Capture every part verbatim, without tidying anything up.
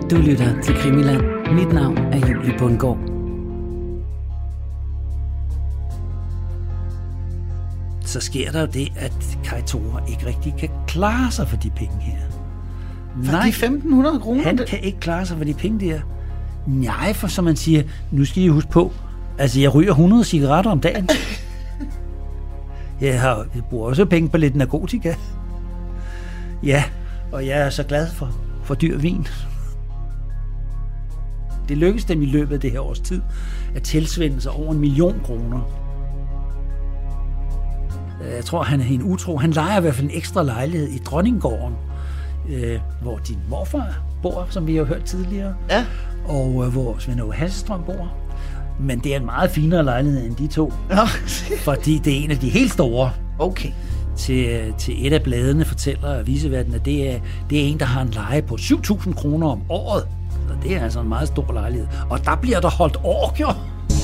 Du lytter til Krimiland. Mit navn er Julie Bundgaard. Så sker der jo det, at Kai Thora ikke rigtig kan klare sig for de penge her. For Nej, de femten hundrede kroner? Han kan ikke klare sig for de penge der. Nej, for som man siger, nu skal I huske på, altså jeg ryger hundrede cigaretter om dagen. Jeg, har, jeg bruger også penge på lidt narkotika. Ja, og jeg er så glad for, for dyr vin. Det lykkedes dem i løbet af det her års tid at tilsvinde sig over en million kroner. Jeg tror, han er en utro. Han lejer i hvert fald en ekstra lejlighed i Dronninggården, øh, hvor din morfar bor, som vi har hørt tidligere. Ja. Og øh, hvor Svend Åge Hasselstrøm bor. Men det er en meget finere lejlighed end de to. Ja. Fordi det er en af de helt store. Okay. Til, til et af bladene fortæller aviseverdenen, at det er, det er en, der har en leje på syv tusind kroner om året. Så det er altså en meget stor lejlighed. Og der bliver der holdt orker.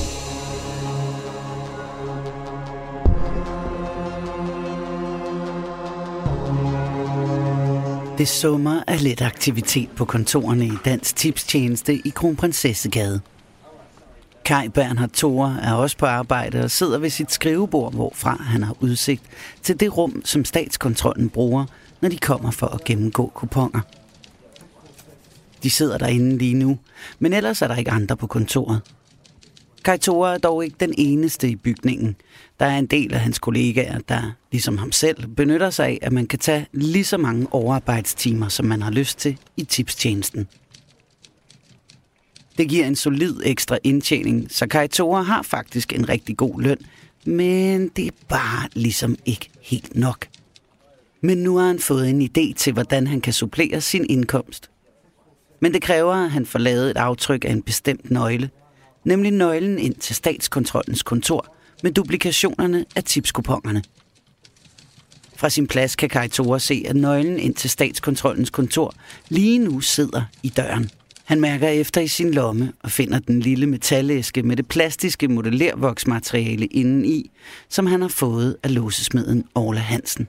Det summer af lidt aktivitet på kontorerne i Dansk Tipstjeneste i Kronprinsessegade. Kai Bernhard Thora er også på arbejde og sidder ved sit skrivebord, hvorfra han har udsigt til det rum, som statskontrollen bruger, når de kommer for at gennemgå kuponer. De sidder derinde lige nu, men ellers er der ikke andre på kontoret. Kai Thora er dog ikke den eneste i bygningen. Der er en del af hans kollegaer, der, ligesom ham selv, benytter sig af, at man kan tage lige så mange overarbejdstimer, som man har lyst til i tipstjenesten. Det giver en solid ekstra indtjening, så Kai Thora har faktisk en rigtig god løn, men det er bare ligesom ikke helt nok. Men nu har han fået en idé til, hvordan han kan supplere sin indkomst. Men det kræver, at han får lavet et aftryk af en bestemt nøgle, nemlig nøglen ind til statskontrollens kontor med duplikationerne af tipskuponerne. Fra sin plads kan Kai Thora se, at nøglen ind til statskontrollens kontor lige nu sidder i døren. Han mærker efter i sin lomme og finder den lille metalæske med det plastiske modellervoksmateriale indeni, som han har fået af låsesmeden Orla Hansen.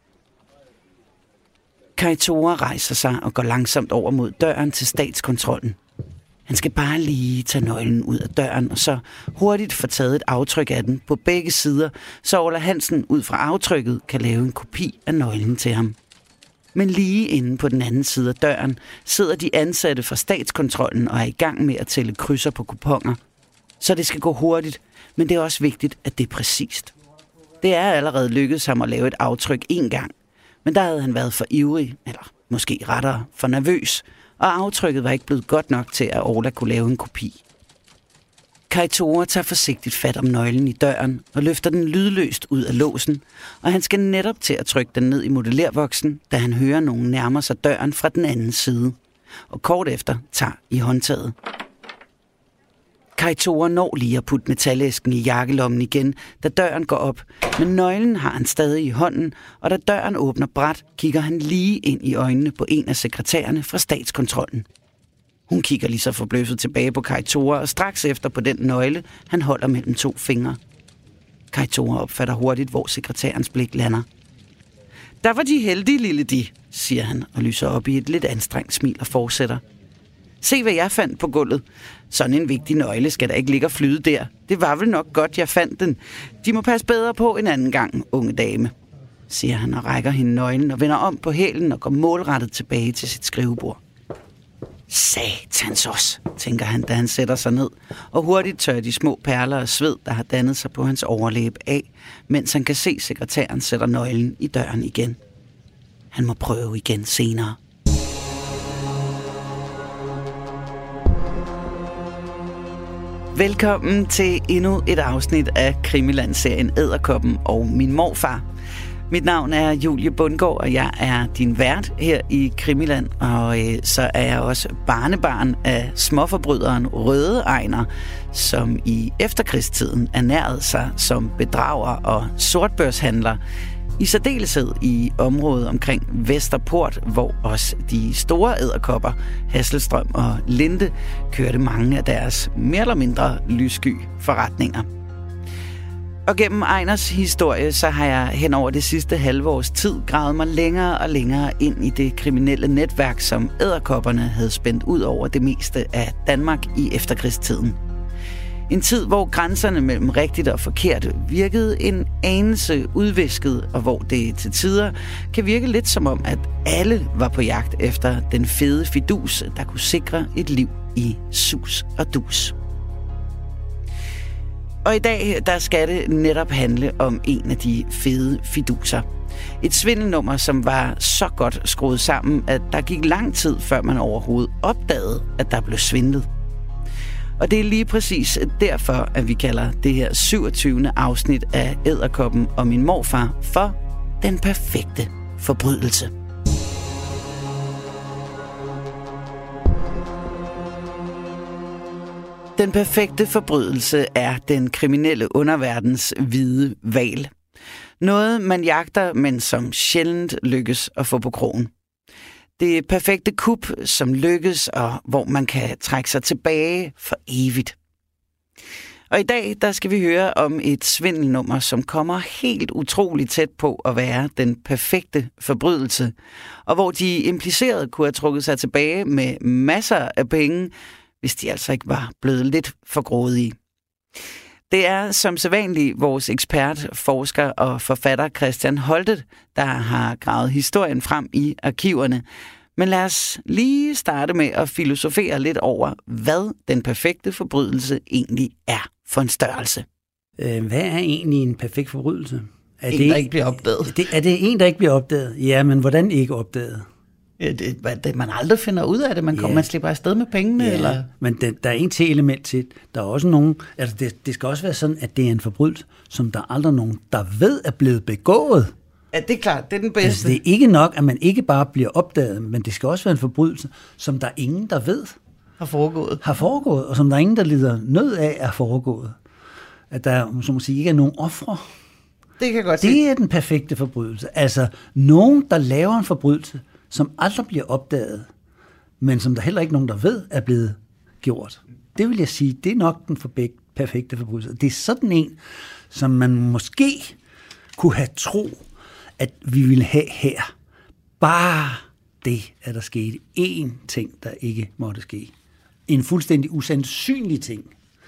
Kai Thora rejser sig og går langsomt over mod døren til statskontrollen. Han skal bare lige tage nøglen ud af døren og så hurtigt få taget et aftryk af den på begge sider, så Orla Hansen ud fra aftrykket kan lave en kopi af nøglen til ham. Men lige inde på den anden side af døren sidder de ansatte fra statskontrollen og er i gang med at tælle krydser på kuponer. Så det skal gå hurtigt, men det er også vigtigt, at det er præcist. Det er allerede lykkedes ham at lave et aftryk én gang, men der havde han været for ivrig, eller måske rettere for nervøs, og aftrykket var ikke blevet godt nok til, at Orla kunne lave en kopi. Kai Thora tager forsigtigt fat om nøglen i døren og løfter den lydløst ud af låsen, og han skal netop til at trykke den ned i modellervoksen, da han hører nogen nærmer sig døren fra den anden side, og kort efter tager i håndtaget. Kai Thora når lige at putte metalæsken i jakkelommen igen, da døren går op, men nøglen har han stadig i hånden, og da døren åbner brat, kigger han lige ind i øjnene på en af sekretærerne fra statskontrollen. Hun kigger lige så forbløffet tilbage på Kai Thora, og straks efter på den nøgle, han holder mellem to fingre. Kai Thora opfatter hurtigt, hvor sekretærens blik lander. Der var de heldige, lille de, siger han og lyser op i et lidt anstrengt smil og fortsætter. Se, hvad jeg fandt på gulvet. Sådan en vigtig nøgle skal der ikke ligge og flyde der. Det var vel nok godt, jeg fandt den. De må passe bedre på en anden gang, unge dame, siger han og rækker hende nøglen og vender om på hælen og går målrettet tilbage til sit skrivebord. Satans også, tænker han, da han sætter sig ned, og hurtigt tørrer de små perler og sved, der har dannet sig på hans overlæbe af, mens han kan se sekretæren sætter nøglen i døren igen. Han må prøve igen senere. Velkommen til endnu et afsnit af Krimiland-serien Edderkoppen og min morfar. Mit navn er Julie Bundgaard, og jeg er din vært her i Krimiland, og øh, så er jeg også barnebarn af småforbryderen Røde Ejner, som i efterkrigstiden ernærede sig som bedrager og sortbørshandler, i særdeleshed i området omkring Vesterport, hvor også de store edderkopper, Hasselstrøm og Linde, kørte mange af deres mere eller mindre lyssky forretninger. Og gennem Einars historie, så har jeg hen over det sidste halve års tid gravet mig længere og længere ind i det kriminelle netværk, som edderkopperne havde spændt ud over det meste af Danmark i efterkrigstiden. En tid, hvor grænserne mellem rigtigt og forkert virkede en anelse udvisket, og hvor det til tider kan virke lidt som om, at alle var på jagt efter den fede fidus, der kunne sikre et liv i sus og dus. Og i dag, der skal det netop handle om en af de fede fiduser. Et svindelnummer, som var så godt skruet sammen, at der gik lang tid, før man overhovedet opdagede, at der blev svindlet. Og det er lige præcis derfor, at vi kalder det her syvogtyvende afsnit af Edderkoppen og min morfar for den perfekte forbrydelse. Den perfekte forbrydelse er den kriminelle underverdens hvide hval. Noget, man jagter, men som sjældent lykkes at få på krogen. Det perfekte kup, som lykkes, og hvor man kan trække sig tilbage for evigt. Og i dag, der skal vi høre om et svindelnummer, som kommer helt utroligt tæt på at være den perfekte forbrydelse, og hvor de implicerede kunne have trukket sig tilbage med masser af penge, hvis de altså ikke var blevet lidt for grådige. Det er som sædvanligt vores ekspert, forsker og forfatter Christian Holtet, der har gravet historien frem i arkiverne. Men lad os lige starte med at filosofere lidt over, hvad den perfekte forbrydelse egentlig er for en størrelse. Øh, hvad er egentlig en perfekt forbrydelse? Er en, det, der ikke bliver opdaget. Det, er det en, der ikke bliver opdaget? Ja, men hvordan ikke opdaget? Ja, det, det, man aldrig finder ud af det. Man, kommer, ja. man slipper afsted med pengene. Ja, eller? Men det, der er en til element til. Der er også nogen, altså det, det skal også være sådan, at det er en forbrydelse, som der aldrig er nogen, der ved er blevet begået. Ja, det er klart. Det er den bedste. Altså, det er ikke nok, at man ikke bare bliver opdaget, men det skal også være en forbrydelse, som der er ingen, der ved. Har foregået. Har foregået, og som der er ingen, der lider nød af, er foregået. At der, som man siger, ikke er nogen ofre. Det kan jeg godt Det se. er den perfekte forbrydelse. Altså, nogen, der laver en forbrydelse, som aldrig bliver opdaget, men som der heller ikke nogen, der ved, er blevet gjort. Det vil jeg sige, det er nok den perfekte forbrydelse. Det er sådan en, som man måske kunne have tro, at vi ville have her. Bare det, at der skete én ting, der ikke måtte ske. En fuldstændig usandsynlig ting,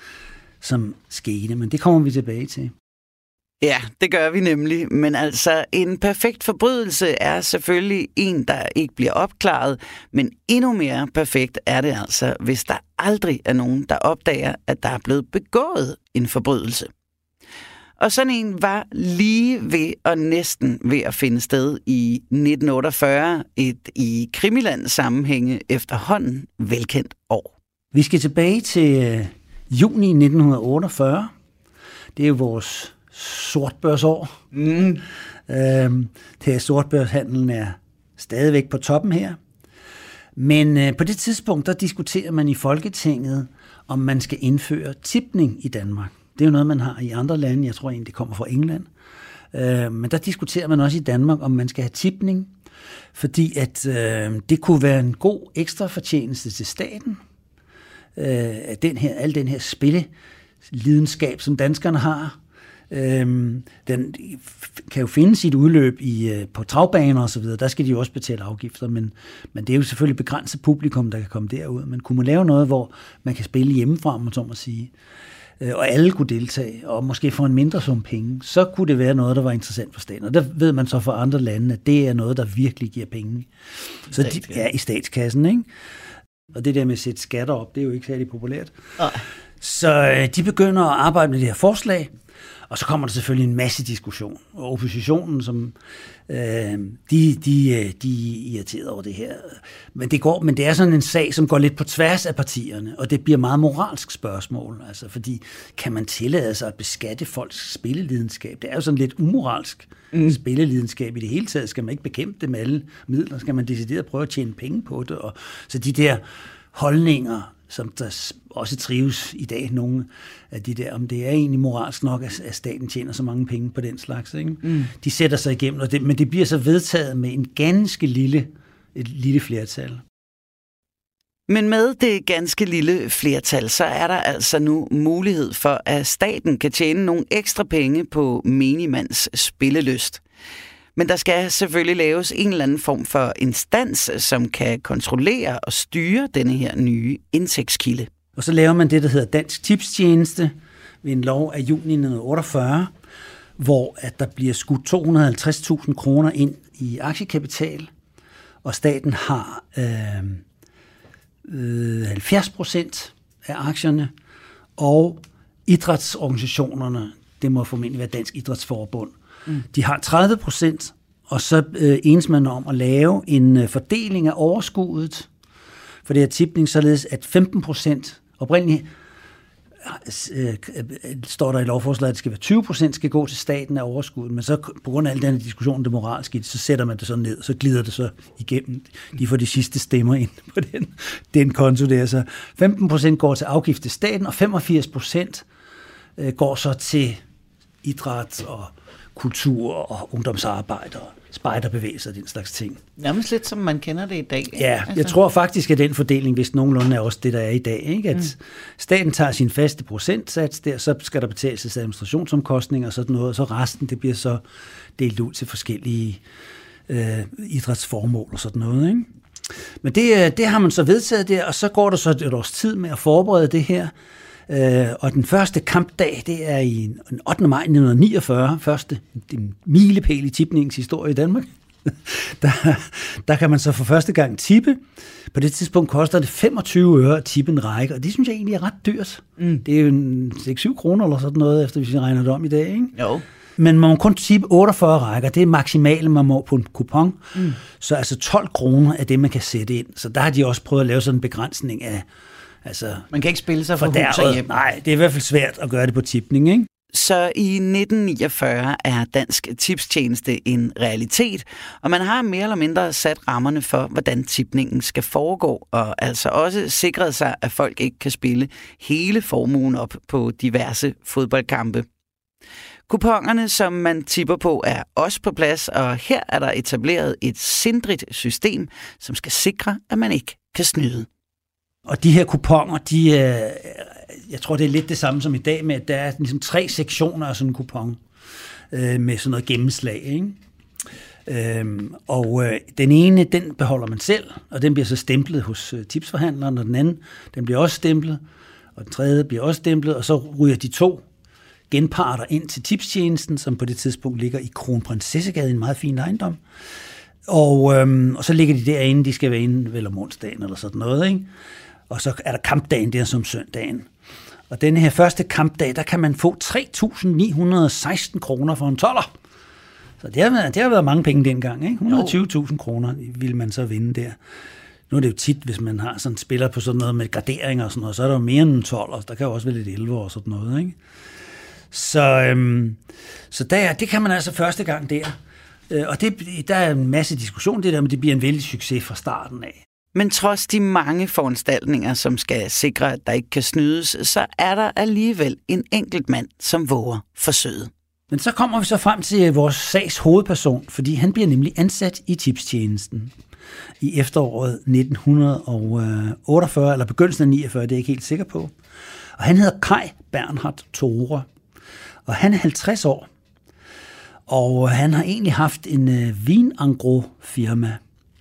som skete, men det kommer vi tilbage til. Ja, det gør vi nemlig. Men altså, en perfekt forbrydelse er selvfølgelig en, der ikke bliver opklaret, men endnu mere perfekt er det altså, hvis der aldrig er nogen, der opdager, at der er blevet begået en forbrydelse. Og sådan en var lige ved og næsten ved at finde sted i nitten otteogfyrre, et i Krimiland sammenhænge efterhånden velkendt år. Vi skal tilbage til juni nitten otteogfyrre. Det er jo vores sortbørsår. Mm. Øhm, det sortbørshandlen er stadigvæk på toppen her. Men øh, på det tidspunkt, der diskuterer man i Folketinget, om man skal indføre tipning i Danmark. Det er jo noget, man har i andre lande. Jeg tror egentlig, det kommer fra England. Øh, men der diskuterer man også i Danmark, om man skal have tipning. Fordi at øh, det kunne være en god ekstra fortjeneste til staten. Øh, den her, al den her spillelidenskab, som danskerne har. Øhm, den kan jo finde sit udløb i, på travbaner og så videre. Der skal de jo også betale afgifter, men, men det er jo selvfølgelig begrænset publikum, der kan komme derud. Men kunne man lave noget, hvor man kan spille hjemmefra, om man så må sige, og alle kunne deltage, og måske få en mindre sum penge, så kunne det være noget, der var interessant for staten. Og der ved man så fra andre lande, at det er noget, der virkelig giver penge. Så de, ja, i statskassen, ikke? Og det der med at sætte skatter op, det er jo ikke særlig populært. Nej. Så de begynder at arbejde med det her forslag, og så kommer der selvfølgelig en masse diskussion. Og oppositionen, som øh, de, de, de er irriteret over det her. Men det, går, men det er sådan en sag, som går lidt på tværs af partierne, og det bliver meget moralsk spørgsmål. Altså, fordi kan man tillade sig at beskatte folks spillelidenskab? Det er jo sådan lidt umoralsk mm. spillelidenskab i det hele taget. Skal man ikke bekæmpe det med alle midler? Skal man decideret prøve at tjene penge på det? Og, så de der holdninger, som der også trives i dag, nogle af de der, om det er egentlig moralsk nok, at staten tjener så mange penge på den slags, ikke? Mm. De sætter sig igennem, og det, men det bliver så vedtaget med en ganske lille, et lille flertal. Men med det ganske lille flertal, så er der altså nu mulighed for, at staten kan tjene nogle ekstra penge på minimands spillelyst. Men der skal selvfølgelig laves en eller anden form for instans, som kan kontrollere og styre denne her nye indtægtskilde. Og så laver man det, der hedder Dansk Tipstjeneste ved en lov af juni nitten otteogfyrre, hvor at der bliver skudt to hundrede og halvtreds tusind kroner ind i aktiekapital, og staten har øh, øh, halvfjerds procent af aktierne, og idrætsorganisationerne, det må formentlig være Dansk Idrætsforbund, mm. de har tredive procent, og så øh, enes man om at lave en øh, fordeling af overskuddet for det her tipning, således at femten procent oprindeligt øh, står der i lovforslaget, at det skal være tyve procent skal gå til staten af overskuddet, men så på grund af al den diskussion, det moralske, så sætter man det så ned, så glider det så igennem. De får de sidste stemmer ind på den, den konto der. Så femten procent går til afgift til staten, og femogfirs procent øh, går så til idræt og kultur og ungdomsarbejde og spejderbevægelser og den slags ting. Nærmest lidt som man kender det i dag. Ja, altså. Jeg tror faktisk, at den fordeling, hvis nogenlunde er også det, der er i dag, ikke? At mm. staten tager sin faste procentsats der, så skal der betales administrationsomkostninger og sådan noget, og så resten, det bliver så delt ud til forskellige øh, idrætsformål og sådan noget, ikke? Men det, det har man så vedtaget der, og så går der så et års tid med at forberede det her. Uh, og den første kampdag, det er i ottende maj nitten niogfyrre, første en milepæl i tipningens historie i Danmark. der, der kan man så for første gang tippe. På det tidspunkt koster det femogtyve øre at tippe en række, og det synes jeg egentlig er ret dyrt. Mm. Det er jo seks til syv kroner eller sådan noget, efter hvis vi regner det om i dag, ikke? Jo. Men man må kun tippe otteogfyrre rækker, det er maksimalt, man må på en kupon. Mm. Så altså tolv kroner er det, man kan sætte ind. Så der har de også prøvet at lave sådan en begrænsning af. Altså, man kan ikke spille sig fra hus og hjem. Nej, det er i hvert fald svært at gøre det på tipning, ikke? Så i nitten niogfyrre er Dansk Tipstjeneste en realitet, og man har mere eller mindre sat rammerne for, hvordan tipningen skal foregå, og altså også sikret sig, at folk ikke kan spille hele formuen op på diverse fodboldkampe. Kuponerne, som man tipper på, er også på plads, og her er der etableret et sindrigt system, som skal sikre, at man ikke kan snyde. Og de her kuponer, de, jeg tror, det er lidt det samme som i dag, med at der er ligesom tre sektioner af sådan en kupon, øh, med sådan noget gennemslag, ikke? Øhm, og øh, den ene, den beholder man selv, og den bliver så stemplet hos øh, tipsforhandleren, og den anden, den bliver også stemplet, og den tredje bliver også stemplet, og så ryger de to genparter ind til tipstjenesten, som på det tidspunkt ligger i Kronprinsessegade, en meget fin ejendom. Og, øhm, og så ligger de derinde, de skal være inde vel om onsdagen eller sådan noget, ikke? Og så er der kampdagen der som søndagen. Og denne her første kampdag, der kan man få tre tusind ni hundrede og seksten kroner for en tolver. Så det har været, det har været mange penge dengang, ikke? et hundrede og tyve tusind kroner ville man så vinde der. Nu er det jo tit, hvis man har sådan spiller på sådan noget med graderinger og sådan noget, så er der jo mere end en tolver, der kan jo også være lidt elleve og sådan noget, ikke? Så, øhm, så der, det kan man altså første gang der. Og det, der er en masse diskussion, det der, men det bliver en vældig succes fra starten af. Men trods de mange foranstaltninger, som skal sikre, at der ikke kan snydes, så er der alligevel en enkelt mand, som våger forsøget. Men så kommer vi så frem til vores sags hovedperson, fordi han bliver nemlig ansat i tipstjenesten i efteråret nitten otteogfyrre, eller begyndelsen af niogfyrre, det er jeg ikke helt sikker på. Og han hedder Kai Bernhard Thore, og han er halvtreds år. Og han har egentlig haft en øh, vinangro-firma.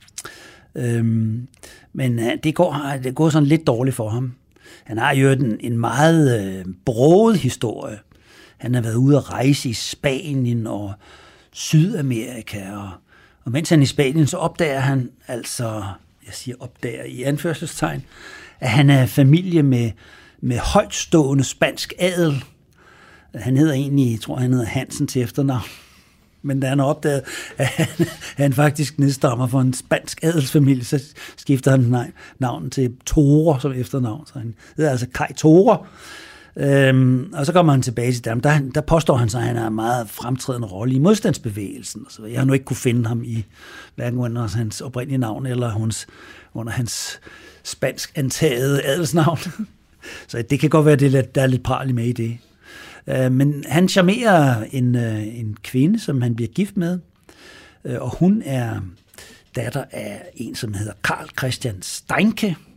Øhm, men øh, det, går, det går sådan lidt dårligt for ham. Han har jo en, en meget øh, broget historie. Han har været ude at rejse i Spanien og Sydamerika. Og, og mens han er i Spanien, så opdager han, altså, jeg siger opdager i anførselstegn, at han er familie med, med højtstående spansk adel. Han hedder egentlig, jeg tror han hedder Hansen til efternavn. Men da han har opdaget, at han, han faktisk nedstammer fra en spansk adelsfamilie, så skifter han navnet til Thore som efternavn. Så han hedder altså Kai Thore. Øhm, og så kommer han tilbage til dem. Der, der påstår han så, at han har en meget fremtrædende rolle i modstandsbevægelsen. Så jeg har nu ikke kunne finde ham i hverken under hans oprindelige navn eller hans, under hans spansk antagede adelsnavn. Så det kan godt være, at der er lidt pral med i det. Men han charmerer en, en kvinde, som han bliver gift med, og hun er datter af en, som hedder Karl Christian Steinke,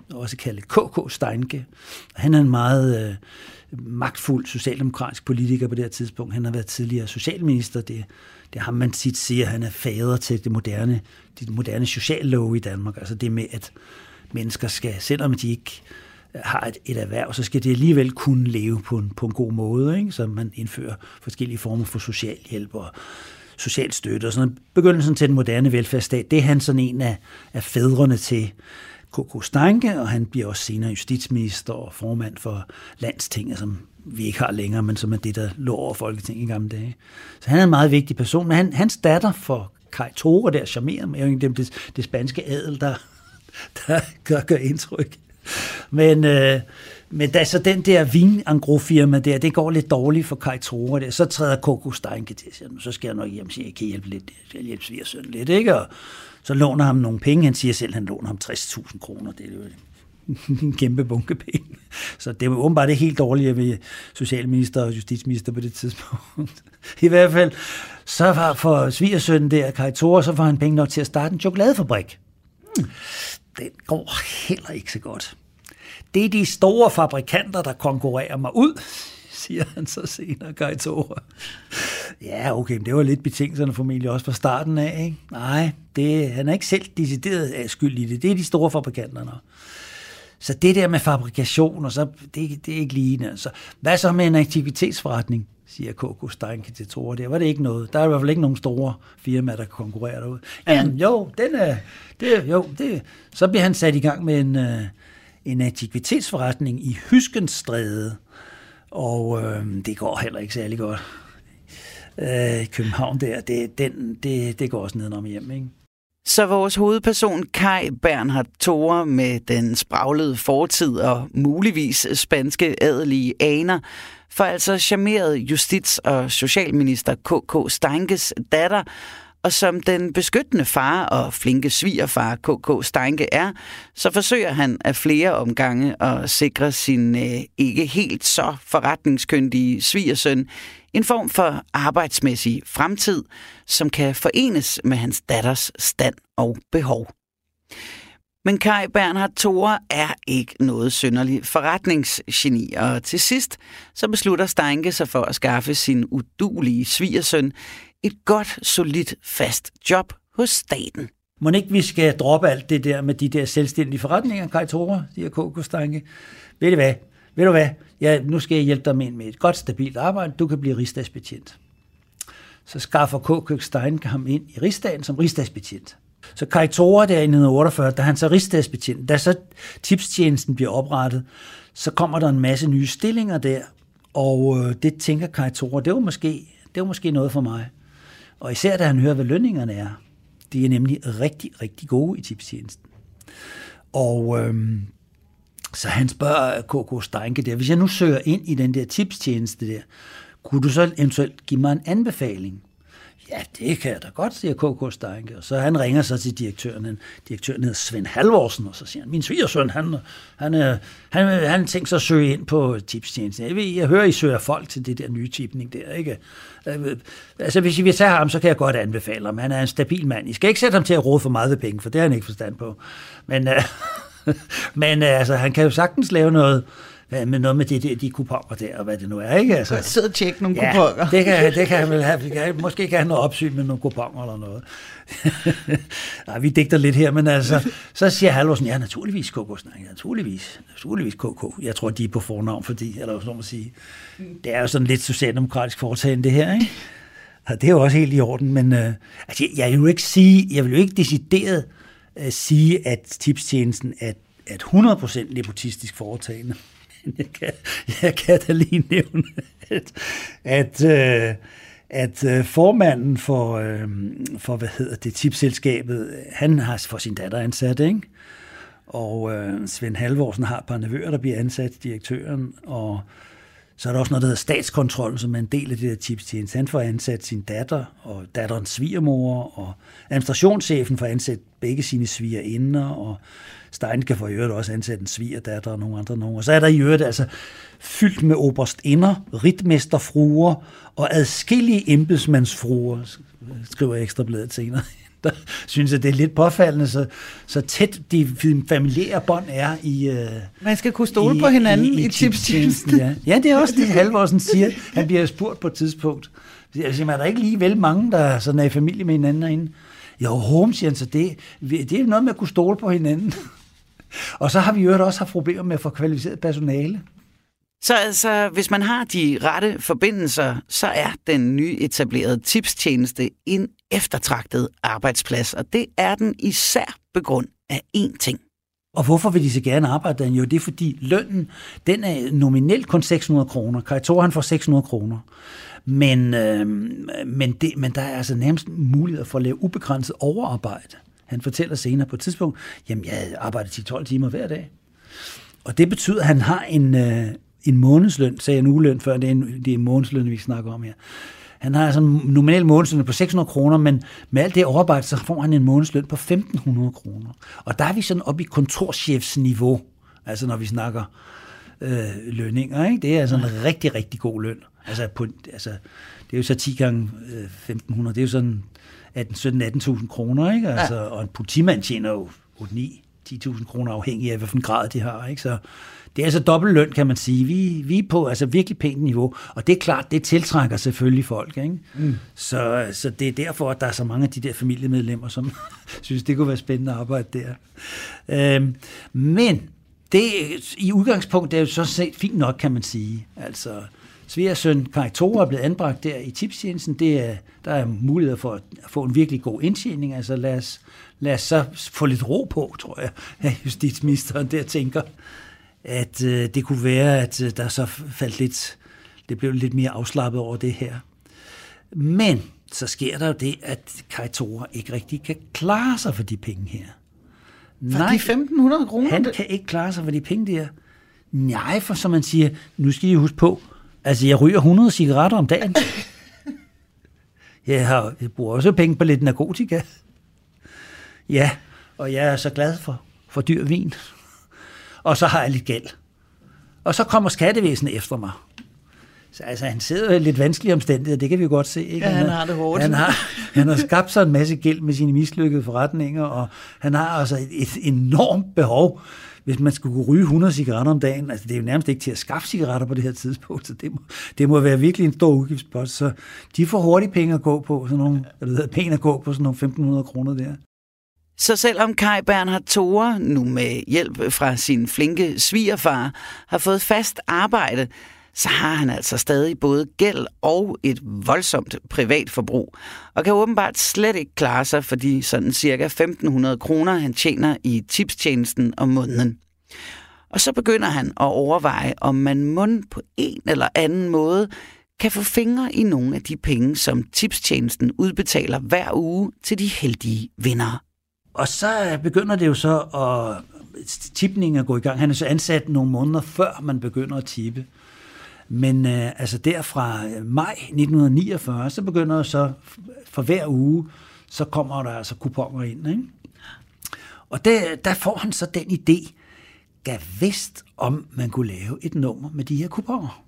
også kaldet K K Steincke. Han er en meget øh, magtfuld socialdemokratisk politiker på det her tidspunkt. Han har været tidligere socialminister. Det, det har man tit siger, han er fader til det moderne, det moderne sociallov i Danmark. Altså det med, at mennesker skal, selvom de ikke har et, et erhverv, så skal de alligevel kunne leve på en, på en god måde, ikke? Så man indfører forskellige former for socialhjælp og social støtte og sådan noget. Begyndelsen til den moderne velfærdsstat, det er han sådan en af, af fædrene til K K Steincke, og han bliver også senere justitsminister og formand for Landstinget, som vi ikke har længere, men som er det, der lå over Folketinget i gamle dage. Så han er en meget vigtig person, men han, hans datter for Kaj Tore, der charmerer med det, det, det spanske adel, der, der gør, gør indtryk. Men, øh, men da så den der vinangrofirma der, det går lidt dårligt for Kaj Tore der, så træder K K Steincke til, så skal jeg nok hjem og sige, jeg kan hjælpe lidt, jeg kan hjælpe svigersønnen lidt, ikke? Og så låner ham nogle penge, han siger selv, han låner ham tres tusind kroner, det er jo en kæmpe bunke penge. Så det var åbenbart det helt dårlige ved socialminister og justitsminister på det tidspunkt. I hvert fald, så var for svigersønnen der, Kaj Tore, så får han penge nok til at starte en chokoladefabrik. Hmm. Den går heller ikke så godt. Det er de store fabrikanter, der konkurrerer mig ud, siger han så senere, Kaj Tore. Ja, okay, men det var lidt betingelserne formentlig også fra starten af, ikke? Nej, det, han er ikke selv decideret skyld i det. Det er de store fabrikanter. Så det der med fabrikation, og så, det, det er ikke lige. Altså. Hvad så med en aktivitetsforretning, siger K K Steincke til Tore. Der var det ikke noget. Der er i hvert fald ikke nogen store firmaer, der kan konkurrere derude. Ja, jo, den er, det, jo, det. Så bliver han sat i gang med en, en aktivitetsforretning i Hyskenstræde, og øh, det går heller ikke særlig godt. Øh, København der, det, den, det, det går også nedenom hjem, ikke? Så vores hovedperson Kaj Bernhard Tore med den spraglede fortid og muligvis spanske adelige aner, for altså charmeret justits- og socialminister K K Steinckes datter, og som den beskyttende far og flinke svigerfar K K Steincke er, så forsøger han af flere omgange at sikre sin øh, ikke helt så forretningskyndige svigersøn en form for arbejdsmæssig fremtid, som kan forenes med hans datters stand og behov. Men Kaj Bernhard Tore er ikke noget synderligt forretningsgeni, og til sidst så beslutter Steincke sig for at skaffe sin uduelige svigersøn et godt, solidt, fast job hos staten. Må ikke vi skal droppe alt det der med de der selvstændige forretninger, Kaj Tore, siger K K Steincke. Ved du hvad? Ved du hvad? Ja, nu skal jeg hjælpe dig med, med et godt, stabilt arbejde. Du kan blive rigsdagsbetjent. Så skaffer K K Steincke ham ind i rigsdagen som rigsdagsbetjent. Så Kaj Tore der i nitten otteogfyrre, da han så rigsdagsbetjent, da så tipstjenesten bliver oprettet, så kommer der en masse nye stillinger der, og øh, det tænker Kaj Tore, det var måske, det var måske noget for mig. Og især da han hører, hvad lønningerne er. De er nemlig rigtig, rigtig gode i tipstjenesten. Og øhm, så han spørger K K Steincke der, hvis jeg nu søger ind i den der tipstjeneste der, kunne du så eventuelt give mig en anbefaling? Ja, det kan jeg da godt, siger K K Steincke. Og så han ringer så til direktøren. Direktøren hedder Svend Halvorsen, og så siger han, min svigersøn, han, han, han, han, han tænker sig at søge ind på tipstjenesten. Jeg, ved, jeg hører, I søger folk til det der nye tipning der, ikke? Altså, hvis I vil tage ham, så kan jeg godt anbefale ham. Han er en stabil mand. I skal ikke sætte ham til at råde for meget ved penge, for det har han ikke forstand på. Men, uh, men uh, altså, han kan jo sagtens lave noget, med noget med de, de, de kuponer der, og hvad det nu er, ikke? Altså, sidde og tjekke nogle ja, kuponer. det kan, det kan han vel have. Kan, måske kan han noget opsyn med nogle kuponer eller noget. Nej, vi digter lidt her, men altså, så siger Halvorsen, ja, naturligvis K K Steincke, naturligvis, naturligvis K K. Jeg tror, de er på fornavn, fordi, eller sådan at sige, det er jo sådan lidt socialdemokratisk foretagende, det her, ikke? Og det er jo også helt i orden, men øh, altså, jeg, jeg vil jo ikke sige, jeg vil jo ikke decideret øh, sige, at tipstjenesten er et hundrede procent nepotistisk foretagende. Jeg kan, jeg kan da lige nævne, at, at, øh, at øh, formanden for, øh, for, hvad hedder det, tipselskabet, han har for sin datter ansat, ikke? Og øh, Svend Halvorsen har et par nevøer, der bliver ansat, direktøren, og så er der også noget, der hedder statskontrollen, som er en del af det der tipstjeneste. Han får ansat sin datter og datterens svigermor, og administrationschefen får ansat begge sine svigerinder, og Steincke får i øvrigt også ansat en svigerdatter og nogle andre nogen. Og så er der i øvrigt altså fyldt med oberstinder, ritmesterfruer og adskillige embedsmandsfruer, skriver Ekstrabladet senere. der synes, at det er lidt påfaldende, så, så tæt de familiære bånd er i... Øh, Man skal kunne stole i, på hinanden i, i, i tipstjenesten. Ja. ja, det er også det, Halvorsen siger. Han bliver spurgt på et tidspunkt. Jeg siger, er der ikke lige vel mange, der sådan er i familie med hinanden herinde? Jo, home, siger han, så det, det er noget med at kunne stole på hinanden. Og så har vi jo også haft problemer med at få kvalificeret personale. Så altså, hvis man har de rette forbindelser, så er den nyetablerede tipstjeneste en eftertragtet arbejdsplads, og det er den især på grund af én ting. Og hvorfor vil de så gerne arbejde der? Jo, det er fordi lønnen, den er nominelt kun seks hundrede kroner. Kai Thor, han får seks hundrede kroner. Men, øh, men, det, men der er altså nærmest mulighed for at lave ubegrænset overarbejde. Han fortæller senere på et tidspunkt, jamen jeg arbejder ti til tolv timer hver dag. Og det betyder, at han har en, øh, en månedsløn, sagde jeg en ugeløn før, det er en, det er en månedsløn, vi snakker om her. Han har altså en nominal månedsløn på seks hundrede kroner, men med alt det overarbejde, så får han en månedsløn på femten hundrede kroner. Og der er vi sådan oppe i kontorchefsniveau, altså når vi snakker øh, lønninger, ikke? Det er altså en rigtig, rigtig god løn. Altså, på, altså det er jo så ti gange øh, femten hundrede, det er jo sådan atten, sytten, atten tusind kroner, ikke? Altså, ja. Og en politimand tjener jo otte, ni, ti tusind kroner afhængig af, hvilken grad de har, ikke? Så det er altså dobbelt løn, kan man sige. Vi, vi er på altså virkelig pænt niveau, og det er klart, det tiltrækker selvfølgelig folk, ikke? Mm. Så, så det er derfor, at der er så mange af de der familiemedlemmer, som synes, det kunne være spændende at arbejde der. Øhm, men det i udgangspunkt, det er jo så set fint nok, kan man sige. Altså, svigersøn Kai Thor er blevet anbragt der i tipstjenesten. Det er, der er mulighed for at få en virkelig god indtjening. Altså lad os, lad os så få lidt ro på, tror jeg, at justitsministeren der tænker, at øh, det kunne være, at øh, der så faldt lidt, det blev lidt mere afslappet over det her. Men så sker der jo det, at Kai Thor ikke rigtig kan klare sig for de penge her. For Nej, de femten hundrede kroner? Han kan ikke klare sig for de penge der. Nej, for som man siger, nu skal I huske på, altså jeg ryger hundrede cigaretter om dagen. Jeg, har, jeg bruger også penge på lidt narkotika. Ja, og jeg er så glad for, for dyr vin. Og så har jeg lidt gæld. Og så kommer skattevæsenet efter mig. Så altså, han sidder i lidt vanskelige omstændigheder, det kan vi jo godt se. Ikke? Ja, han har det hårdt. Han har, han har skabt sig en masse gæld med sine mislykkede forretninger, og han har altså et, et enormt behov, hvis man skulle kunne ryge hundrede cigaretter om dagen. Altså, det er jo nærmest ikke til at skaffe cigaretter på det her tidspunkt, så det må, det må være virkelig en stor udgiftspost. Så de får hurtigt penge at gå på, sådan nogle, eller penge at gå på sådan nogle femten hundrede kroner der. Så selvom Kai Bernhard Thor, nu med hjælp fra sin flinke svigerfar, har fået fast arbejde, så har han altså stadig både gæld og et voldsomt privatforbrug, og kan åbenbart slet ikke klare sig for de sådan cirka femten hundrede kroner, han tjener i tipstjenesten om måneden. Og så begynder han at overveje, om man mon på en eller anden måde kan få fingre i nogle af de penge, som tipstjenesten udbetaler hver uge til de heldige vindere. Og så begynder det jo så at tipningen at gå i gang. Han er så ansat nogle måneder før man begynder at tippe. Men øh, altså der fra maj nitten niogfyrre, så begynder så for hver uge, så kommer der altså kuponer ind, ikke? Og der, der får han så den idé, gav vist om man kunne lave et nummer med de her kuponer.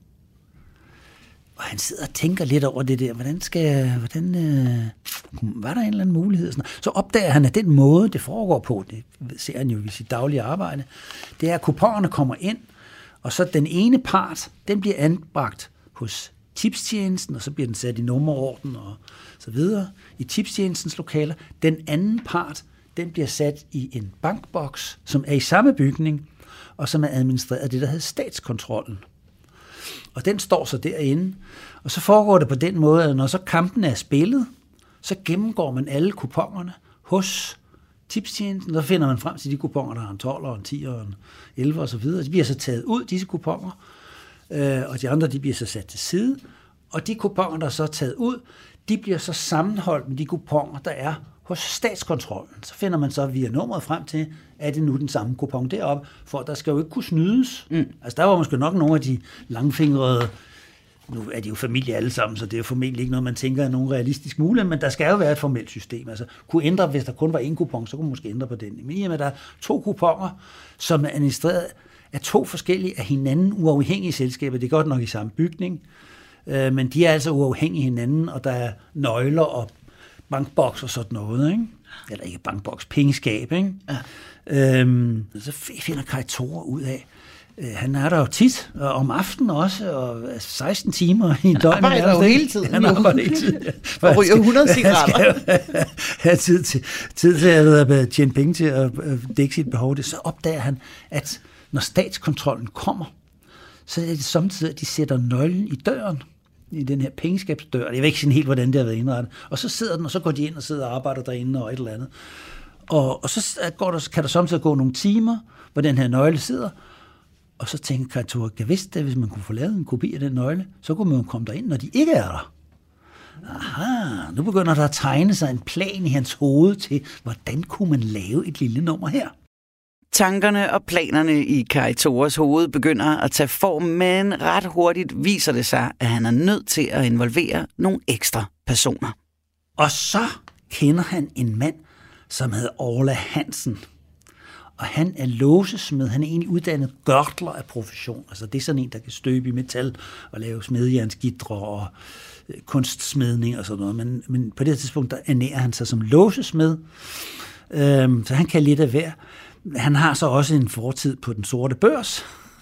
Og han sidder og tænker lidt over det der, hvordan skal, hvordan, øh, var der en eller anden mulighed? Så opdager han, at den måde, det foregår på, det ser han jo i sit daglige arbejde, det er, at kuponerne kommer ind, og så den ene part, den bliver anbragt hos tipstjenesten, og så bliver den sat i nummerorden og så videre i tipstjenestens lokaler. Den anden part, den bliver sat i en bankboks, som er i samme bygning, og som er administreret af det, der hedder statskontrollen. Og den står så derinde, og så foregår det på den måde, at når så kampen er spillet, så gennemgår man alle kuponerne hos tipstjenesten, så finder man frem til de kuponer, der har en tolv, en ti og en elleve og så videre. De bliver så taget ud, disse kuponer, øh, og de andre, de bliver så sat til side, og de kuponer, der er så taget ud, de bliver så sammenholdt med de kuponer, der er hos statskontrollen. Så finder man så via nummeret frem til, er det nu den samme kupon deroppe, for der skal jo ikke kunne snydes. Mm. Altså der var måske nok nogle af de langfingrede, nu er de jo familie alle sammen, så det er jo formentlig ikke noget, man tænker er nogen realistisk mulighed, men der skal jo være et formelt system. Altså kunne ændre, hvis der kun var én kupon, så kunne man måske ændre på den. Men i og med, at der er to kuponer, som er administreret af to forskellige af hinanden uafhængige selskaber, det er godt nok i samme bygning, men de er altså uafhængige af hinanden, og der er nøgler og bankboks og sådan noget, ikke? eller ikke bankboks, pengeskab, ikke? Ja. Øhm, så finder Kagetora ud af, øh, han er der jo tit, og om aftenen også, og seksten timer i døgnet. Han arbejder jo hele tiden. Han arbejder hele tiden. Og ryger hundrede cigaretter. Han har tid til, tid til at tjene penge til at dække sit behov. Det. Så opdager han, at når statskontrollen kommer, så er det samtidig, at de sætter nøglen i døren, i den her pengeskabsdør. Jeg ved ikke sådan helt, hvordan det har været indrettet. Og så sidder den, og så går de ind og sidder og arbejder derinde og et eller andet. Og, og så går der, kan der samtidig gå nogle timer, hvor den her nøgle sidder, og så tænker Kagetora, jeg vidste, at hvis man kunne få lavet en kopi af den nøgle, så kunne man jo komme derind, når de ikke er der. Aha, nu begynder der at tegne sig en plan i hans hoved til, hvordan kunne man lave et lille nummer her. Tankerne og planerne i Kagetoras hoved begynder at tage form, men ret hurtigt viser det sig, at han er nødt til at involvere nogle ekstra personer. Og så kender han en mand, som hedder Orla Hansen. Og han er låsesmed. Han er egentlig uddannet gørtler af profession. Altså det er sådan en, der kan støbe i metal og lave smedjernsgitre og kunstsmedning og sådan noget. Men, men på det her tidspunkt, der ernærer han sig som låsesmed. Øhm, så han kan lidt af hver. Han har så også en fortid på den sorte børs.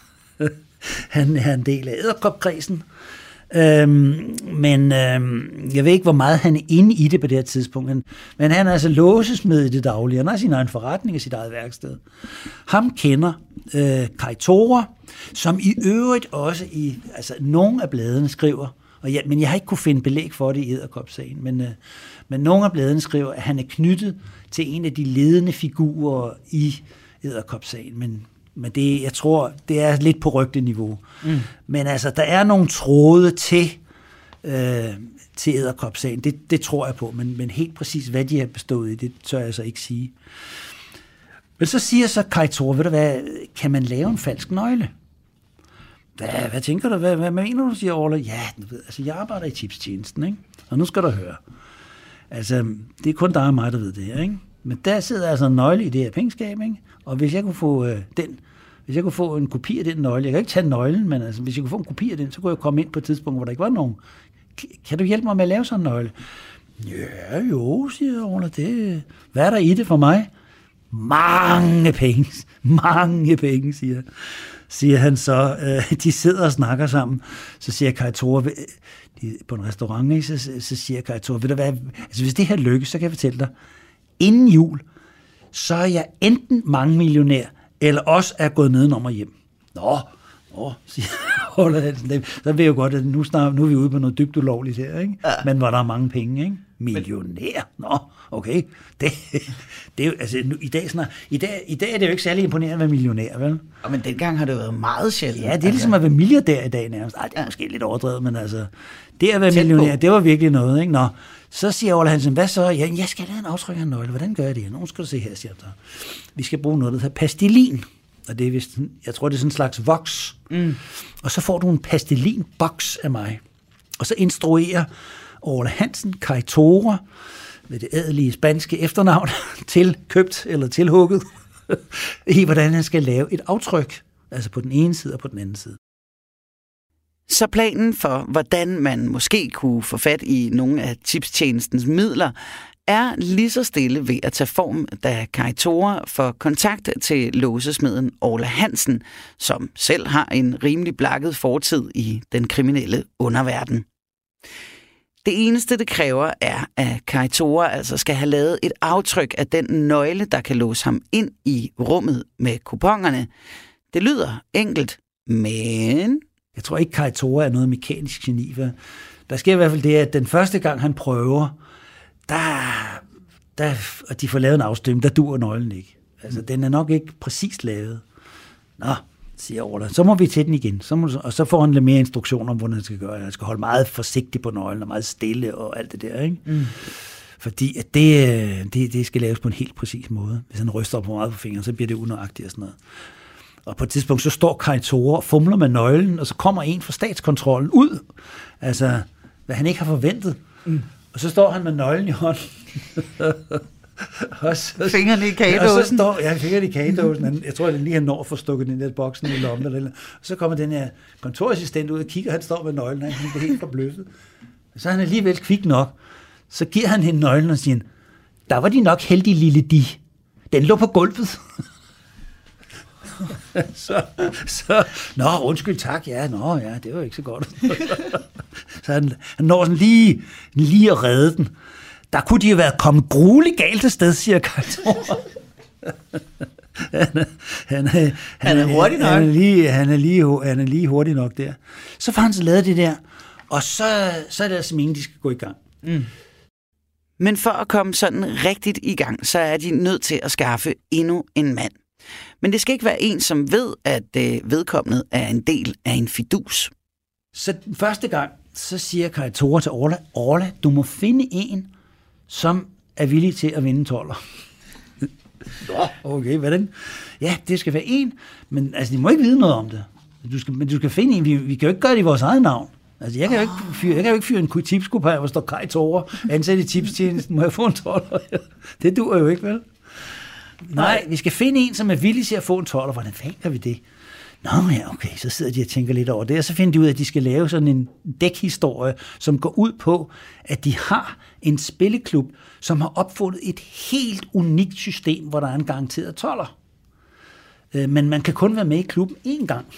Han er en del af Edderkopkredsen. Øhm, men øhm, jeg ved ikke, hvor meget han er inde i det på det her tidspunkt. Men, men han er altså låsesmed i det daglige. Han har sin egen forretning og sit eget værksted. Ham kender øh, Kagetora, som i øvrigt også i altså, nogle af bladene skriver, og ja, men jeg har ikke kunne finde belæg for det i Edderkop-sagen, men, øh, men nogle af bladene skriver, at han er knyttet til en af de ledende figurer i Edderkop-sagen, men Men det, jeg tror, det er lidt på rygteniveau. Mm. Men altså, der er nogle tråde til, øh, til Edderkop-sagen. Det, det tror jeg på. Men, men helt præcis, hvad de har bestået i, det tør jeg så ikke sige. Men så siger så Kagetora, ved du hvad, kan man lave en falsk nøgle? Hvad, hvad tænker du? Hvad, hvad mener du, siger Orla? Ja, altså, jeg arbejder i tipstjenesten, ikke? Og nu skal du høre. Altså, det er kun dig og mig, der ved det her, ikke? Men der sidder altså en nøgle i det her pengeskab, ikke? Og hvis jeg kunne få øh, den, hvis jeg kunne få en kopi af den nøgle, jeg kan ikke tage nøglen, men altså, hvis jeg kunne få en kopi af den, så kunne jeg komme ind på et tidspunkt, hvor der ikke var nogen. Kan du hjælpe mig med at lave sådan en nøgle? Ja, jo, siger Orla, det. Hvad er der i det for mig? Mange penge, mange penge, siger, siger han så. Øh, de sidder og snakker sammen. Så siger Kagetora, på en restaurant, ikke? Så, så siger Kagetora, ved du hvad, altså hvis det her lykkes, så kan jeg fortælle dig, inden jul, så er jeg enten mange millionær, eller også er gået nedenom og hjem. Nå, nå, siger Orla. Så ved jeg jo godt, at nu, snart, nu er vi ude på noget dybt ulovligt her, ikke? Ja. Men hvor der er mange penge, ikke? Millionær? Nå, okay. Det, det er jo, altså, nu, i, dag snart, i, dag, i dag er det jo ikke særlig imponerende at være millionær, vel? Og men dengang har det været meget sjældent. Ja, det er ligesom at være milliardær i dag nærmest. Ej, det er ja. måske lidt overdrevet, men altså, det at være Tæt millionær, på. Det var virkelig noget, ikke? Nå, så siger Orla Hansen, hvad så? Ja, jeg skal lave en aftryk af en nøgle. Hvordan gør jeg det? Nu skal du se her, siger han. Vi skal bruge noget, der hedder pastelin. Og det er vist, jeg tror, det er sådan en slags voks. Mm. Og så får du en pastelinboks af mig. Og så instruerer Orla Hansen Kagetora med det adelige spanske efternavn til købt eller tilhugget i, hvordan han skal lave et aftryk. Altså på den ene side og på den anden side. Så planen for, hvordan man måske kunne få fat i nogle af tipstjenestens midler, er lige så stille ved at tage form, da Kagetora får kontakt til låsesmeden Orla Hansen, som selv har en rimelig blakket fortid i den kriminelle underverden. Det eneste, det kræver, er, at Kagetora altså skal have lavet et aftryk af den nøgle, der kan låse ham ind i rummet med kupongerne. Det lyder enkelt, men... Jeg tror ikke, Kagetora er noget mekanisk geni. For der sker i hvert fald det, at den første gang, han prøver, der, der, og de får lavet en afstemning, der dur nøglen ikke. Altså, den er nok ikke præcis lavet. Nå, siger Orla, så må vi til den igen. Så må, og så får han lidt mere instruktioner om, hvordan han skal gøre. Han skal holde meget forsigtigt på nøglen, og meget stille og alt det der, ikke? Mm. Fordi at det, det, det skal laves på en helt præcis måde. Hvis han ryster på meget på fingeren, så bliver det unøjagtigt og sådan noget. Og på et tidspunkt, så står Kagetora og fumler med nøglen, og så kommer en fra statskontrollen ud. Altså, hvad han ikke har forventet. Mm. Og så står han med nøglen i hånden. og så, fingrene i kagedåsen. Og så står, ja, fingrene i kagedåsen. Jeg tror, at lige han når at få stukket den der boksen i lommen. Eller, og så kommer den her kontorassistent ud og kigger, han står med nøglen, han bliver helt forbløffet. Så er han alligevel kvik nok. Så giver han hende nøglen og siger, der var de nok heldige lille de. Den lå på gulvet. så, så, nå, undskyld, tak, ja, nå, ja, det var ikke så godt. så han, han når sådan lige, lige at redde den. Der kunne de jo være kommet grueligt galt af sted, siger Kai-Tore. han, han, han, han er hurtig nok. Han er, lige, han, er lige, han er lige hurtig nok der. Så får han så lavet det der, og så, så er det altså meningen, de skal gå i gang. Mm. Men for at komme sådan rigtigt i gang, så er de nødt til at skaffe endnu en mand. Men det skal ikke være en, som ved, at øh, vedkommende er en del af en fidus. Så første gang, så siger Kai-Tore til Orla, Orla, du må finde en, som er villig til at vinde toller. Okay, hvordan? Ja, det skal være en, men altså, de må ikke vide noget om det. Du skal, men du skal finde en, vi, vi kan jo ikke gøre det i vores eget navn. Altså, jeg kan jo ikke fyre, jeg kan jo ikke fyre en tipskub her, hvor står Kai-Tore, ansat i tipstjenesten, må jeg få en toller? Det duer jo ikke, vel? Nej, vi skal finde en, som er villig til at få en toller. Hvordan fanden gør vi det? Nå ja, okay, så sidder de og tænker lidt over det, og så finder de ud af, at de skal lave sådan en dækhistorie, som går ud på, at de har en spilleklub, som har opfundet et helt unikt system, hvor der er en garanteret toller. Men man kan kun være med i klubben én gang.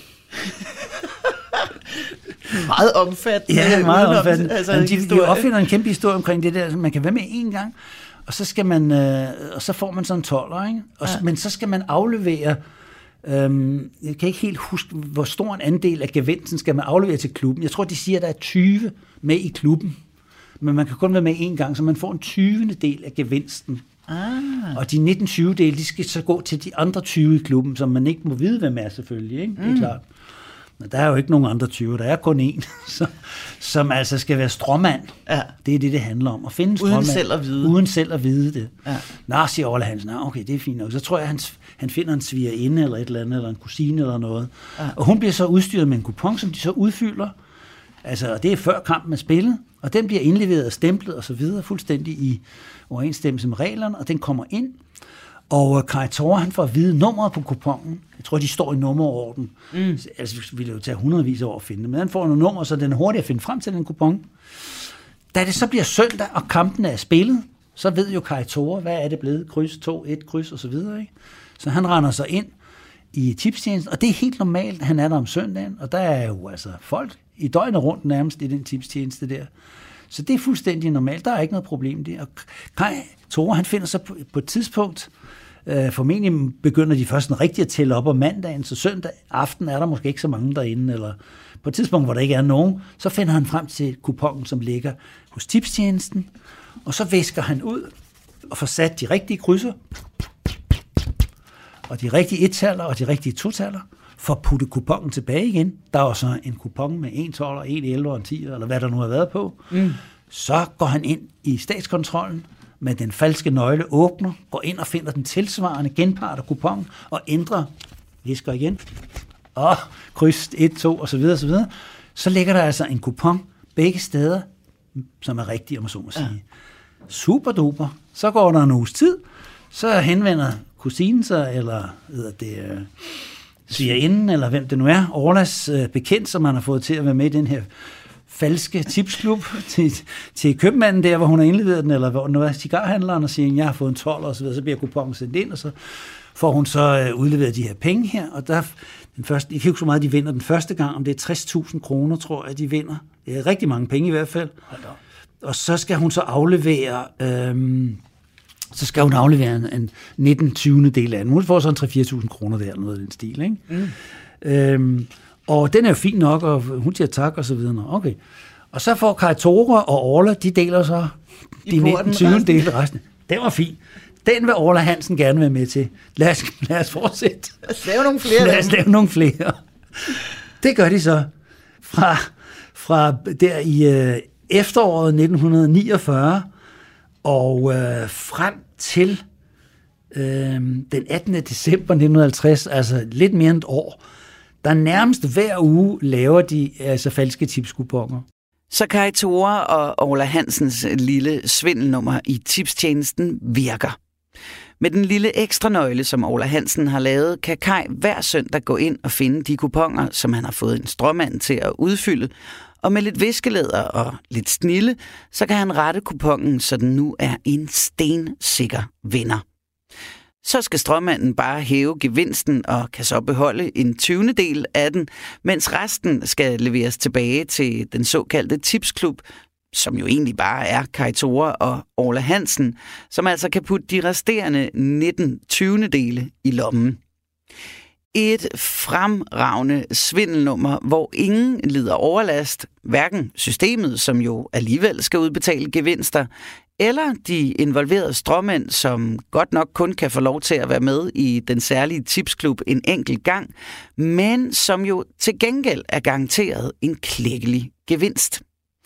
Meget omfattende. Ja, meget omfattende. Altså, de, de opfinder en kæmpe historie omkring det der, så man kan være med én gang, og så skal man, øh, og så får man sådan en toller, ikke? Og, ja. Men så skal man aflevere. Øhm, jeg kan ikke helt huske, hvor stor en andel af gevinsten skal man aflevere til klubben. Jeg tror, de siger, at der er tyve med i klubben, men man kan kun være med én gang, så man får en tyvende del af gevinsten. Ah. Og de nitten tyve dele, de skal så gå til de andre tyve i klubben, som man ikke må vide, hvem er selvfølgelig, ikke? Det er mm. klart. Men der er jo ikke nogen andre tyve, der er kun én, som altså skal være stråmand. Ja. Det er det, det handler om. At finde en stråmand. Uden selv at vide. Uden selv at vide det. Ja. Nå, siger Orla Hansen, okay, det er fint nok. Så tror jeg, han, han finder en svigerinde eller et eller andet, eller en kusine eller noget. Ja. Og hun bliver så udstyret med en kupon, som de så udfylder. Altså, og det er før kampen er spillet. Og den bliver indleveret og stemplet og så videre, fuldstændig i overensstemmelse med reglerne, og den kommer ind. Og Kai-Tore, han får at vide nummeret på kuponen. Jeg tror, de står i nummerorden. Mm. Altså, vi ville jo tage hundredvis år at finde det. Men han får nogle nummer, så den er hurtigt at finde frem til den kupon. Da det så bliver søndag, og kampen er spillet, så ved jo Kai-Tore, hvad er det blevet? Kryds, to, et kryds og så videre. Ikke? Så han render sig ind i tipstjenesten, og det er helt normalt, han er der om søndagen, og der er jo altså folk i døgnet rundt nærmest i den tipstjeneste der. Så det er fuldstændig normalt, der er ikke noget problem der. Og Kai-Tore, han finder sig på, på et tidspunkt, øh, formentlig begynder de først rigtig at tælle op om mandagen, så søndag aften er der måske ikke så mange derinde, eller på et tidspunkt, hvor der ikke er nogen, så finder han frem til kuponen, som ligger hos tipstjenesten, og så væsker han ud og får sat de rigtige krydser, og de rigtige et-taller og de rigtige to-taller, for at putte kuponen tilbage igen. Der er så en kupon med en tolv, en elleve og en ti, eller hvad der nu har været på. Mm. Så går han ind i statskontrollen med den falske nøgle, åbner, går ind og finder den tilsvarende genpart af kuponen, og ændrer, visker igen, og kryds et, to, og så videre, og så videre. Så ligger der altså en kupon begge steder, som er rigtig, om man så må sige. Ja. Super duper. Så går der en uges tid, så henvender kusinen sig, eller hedder det... Øh, svigerinden, eller hvem det nu er, Orlas øh, bekendt, som han har fået til at være med i den her falske tipsklub til, til købmanden der, hvor hun har indleveret den, eller hvor nu er cigarhandleren og siger, jeg har fået en tolv og så videre, så bliver kuponen sendt ind, og så får hun så øh, udleveret de her penge her, og der den første, jeg kan ikke så meget, de vinder den første gang, om det er tres tusind kroner, tror jeg, de vinder. Det er rigtig mange penge i hvert fald. Og så skal hun så aflevere... Øh, så skal hun aflevere en, en nitten tyve del af den. Hun får så en tre til fire tusind kroner der, eller noget af den stil, ikke? Mm. Øhm, og den er jo fin nok, og hun siger tak, og så videre. Okay. Og så får Kai-Tore og Orla, de deler så de nitten tyve del resten. Den var fin. Den vil Orla Hansen gerne være med til. Lad os, lad os fortsætte. Lad os lave nogle flere. Lad os lave nogle flere. Det gør de så fra, fra der i øh, efteråret nitten niogfyrre, og øh, frem til øh, den attende december nitten halvtreds, altså lidt mere end et år, der nærmest hver uge laver de altså falske tipskuponer. Så Kai-Tore og Orla Hansens lille svindelnummer i tipstjenesten virker. Med den lille ekstra nøgle, som Orla Hansen har lavet, kan Kai hver søndag gå ind og finde de kuponer, som han har fået en stråmand til at udfylde, Og med lidt viskelæder og lidt snille, så kan han rette kupongen, så den nu er en stensikker vinder. Så skal stråmanden bare hæve gevinsten og kan så beholde en tyvende del af den, mens resten skal leveres tilbage til den såkaldte tipsklub, som jo egentlig bare er Kai Thora og Orla Hansen, som altså kan putte de resterende nitten tyvende dele i lommen. Et fremragende svindelnummer, hvor ingen lider overlast, hverken systemet, som jo alligevel skal udbetale gevinster, eller de involverede stråmænd, som godt nok kun kan få lov til at være med i den særlige tipsklub en enkelt gang, men som jo til gengæld er garanteret en klækkelig gevinst.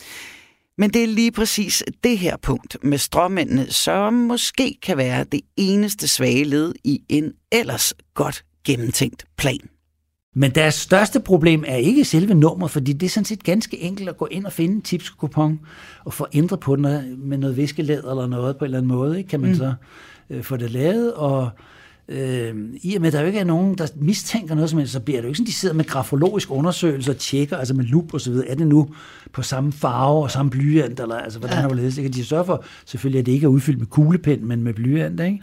Men det er lige præcis det her punkt med stråmændene, som måske kan være det eneste svage led i en ellers godt gennemtænkt plan. Men deres største problem er ikke selve nummeret, fordi det er sådan set ganske enkelt at gå ind og finde en tipskupon og få ændret på den med noget viskelæder eller noget på en eller anden måde. Ikke? Kan man mm. så øh, få det lavet, og øh, i og med, at der jo ikke er nogen, der mistænker noget som helst, så bliver det jo ikke sådan, de sidder med grafologisk undersøgelse og tjekker, altså med lup og så videre. Er det nu på samme farve og samme blyant, eller altså hvordan har det? Det kan de sørge for, selvfølgelig, at det ikke er udfyldt med kuglepen, men med blyant, ikke?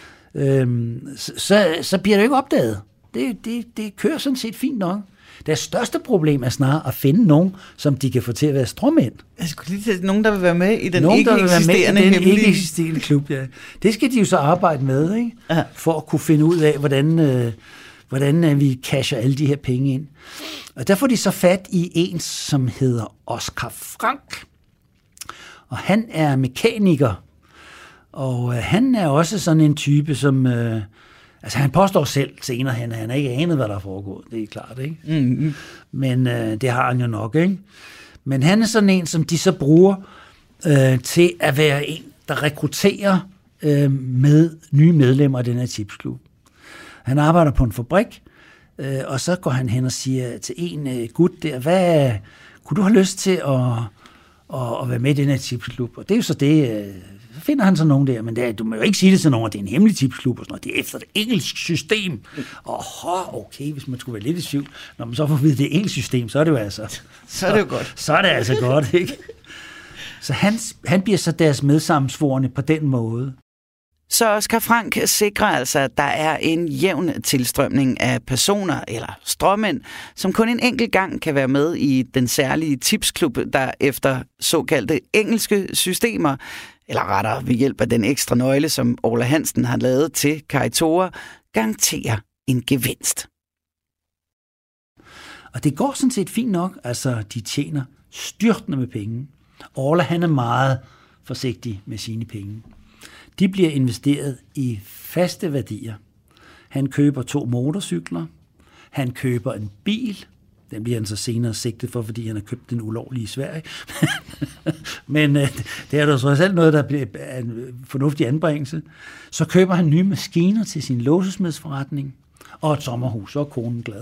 Øhm, så, så bliver det jo ikke opdaget. Det, det, det kører sådan set fint nok. Deres største problem er snarere at finde nogen, som de kan få til at være stråmænd. Jeg skulle lige til nogen, der vil være med i den nogen, ikke eksisterende den hemmelige... ikke eksisterende klub, ja. Det skal de jo så arbejde med, ikke? Ja. For at kunne finde ud af, hvordan, øh, hvordan øh, vi casher alle de her penge ind. Og der får de så fat i en, som hedder Oscar Frank. Og han er mekaniker. Og øh, han er også sådan en type, som... Øh, altså han påstår selv senere, han han har ikke anet, hvad der er foregået. Det er klart, ikke? Mm-hmm. Men øh, det har han jo nok, ikke? Men han er sådan en, som de så bruger øh, til at være en, der rekrutterer øh, med nye medlemmer af den her tipsklub. Han arbejder på en fabrik, øh, og så går han hen og siger til en øh, gut der, hvad kunne du have lyst til at, at, at være med i den her tipsklub? Og det er jo så det... Øh, Så finder han så nogen der, men det er, du må jo ikke sige det til nogen, at det er en hemmelig tipsklub og sådan noget. Det er efter det engelske system. Åh, okay, hvis man skulle være lidt i tvivl. Når man så får vidt det engelske system, så er det jo altså... Så, så er det jo godt. Så er det altså godt, ikke? Så han, han bliver så deres medsammensvorne på den måde. Så Oscar Frank sikrer altså, at der er en jævn tilstrømning af personer eller stråmænd, som kun en enkelt gang kan være med i den særlige tipsklub, der efter såkaldte engelske systemer, eller rettere ved hjælp af den ekstra nøgle, som Orla Hansen har lavet til Kai Thora, garanterer en gevinst. Og det går sådan set fint nok. Altså, de tjener styrtende med penge. Orla, han er meget forsigtig med sine penge. De bliver investeret i faste værdier. Han køber to motorcykler. Han køber en bil. Den bliver han så senere sigtet for, fordi han har købt den ulovlige i Sverige. Men øh, det er der så selv noget, der bliver en fornuftig anbringelse. Så køber han nye maskiner til sin låsesmedsforretning. Og et sommerhus, så er konen glad.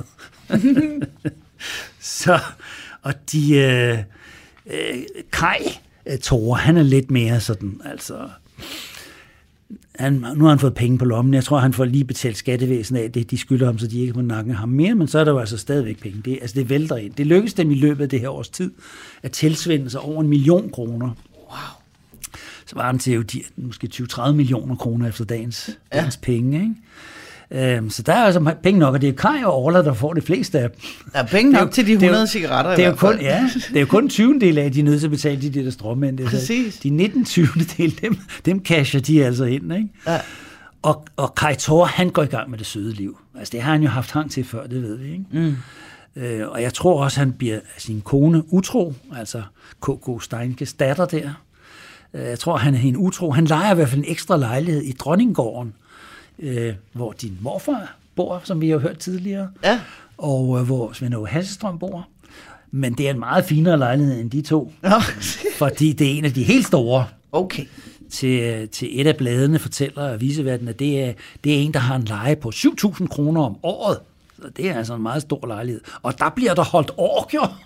så, og de... Øh, øh, Kai Thora, han er lidt mere sådan, altså... Han, nu har han fået penge på lommen. Jeg tror, han får lige betalt skattevæsenet af det. De skylder ham, så de ikke må nakke ham mere, men så er der jo altså stadigvæk penge. Det, altså, det vælter ind. Det lykkedes dem i løbet af det her års tid at tilsvinde sig over en million kroner. Wow. Så var han til jo de, måske tyve til tredive millioner kroner efter dagens, ja. dagens penge, ikke? Øhm, så der er altså penge nok, og det er Kai og Orla, der får det fleste af dem. Der er penge nok til de hundrede jo, cigaretter det er i hvert fald. Kun, ja, det er jo kun en tyvende del af, at de er nødt til at betale de der stråmænd. Præcis. De nitten tyvende del, dem, dem casher de altså ind, ikke? Ja. Og, og Kai Thora, han går i gang med det søde liv. Altså det har han jo haft hang til før, det ved vi, ikke? Mm. Øh, og jeg tror også, han bliver sin kone utro, altså K K Steinkes datter der. Jeg tror, han er hende utro. Han lejer i hvert fald en ekstra lejlighed i Dronninggården, Øh, hvor din morfar bor, som vi har hørt tidligere, ja. og øh, hvor Svend Åge Hasselstrøm bor. Men det er en meget finere lejlighed end de to, ja. fordi det er en af de helt store. Okay. Til, til et af bladene fortæller aviseverdenen, at det er, det er en, der har en leje på syv tusind kroner om året. Så det er altså en meget stor lejlighed. Og der bliver der holdt orker,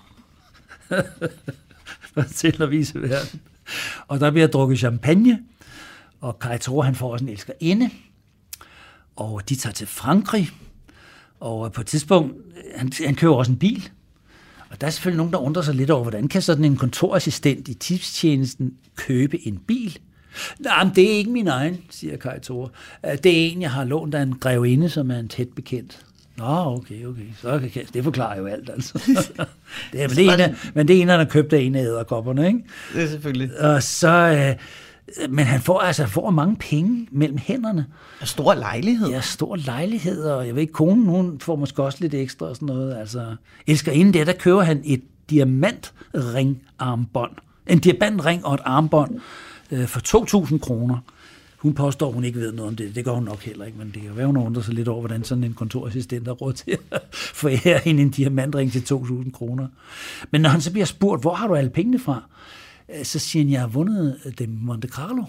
fortæller aviseverdenen. Og der bliver drukket champagne, og Kai Thora, han får også en elskerinde. Og de tager til Frankrig, og på et tidspunkt, han, han køber også en bil, Og der er selvfølgelig nogen, der undrer sig lidt over, hvordan kan sådan en kontorassistent i tipstjenesten købe en bil? Nej, men det er ikke min egen, siger Kai Thore. Det er en, jeg har lånt af en grevinde, som er en tæt bekendt. Nå, okay, okay. Så kan, det forklarer jo alt, altså. det er, men, det er en af, men det er en, der har købt af en af æderkopperne, ikke? Det er selvfølgelig. Og så... Øh, men han får altså får mange penge mellem hænderne. Og stor lejlighed. Ja, stor lejlighed, og jeg ved ikke, konen, hun får måske også lidt ekstra og sådan noget. Altså, elsker inden det, der køber han et diamantringarmbånd. En diamantring og et armbånd øh, for to tusind kroner. Hun påstår, hun ikke ved noget om det. Det gør hun nok heller ikke, men det kan være, hun undrer sig lidt over, hvordan sådan en kontorassistent har råd til at forære hende en diamantring til to tusind kroner. Men når han så bliver spurgt, hvor har du alle pengene fra? Så siger han, jeg har vundet det Monte Carlo.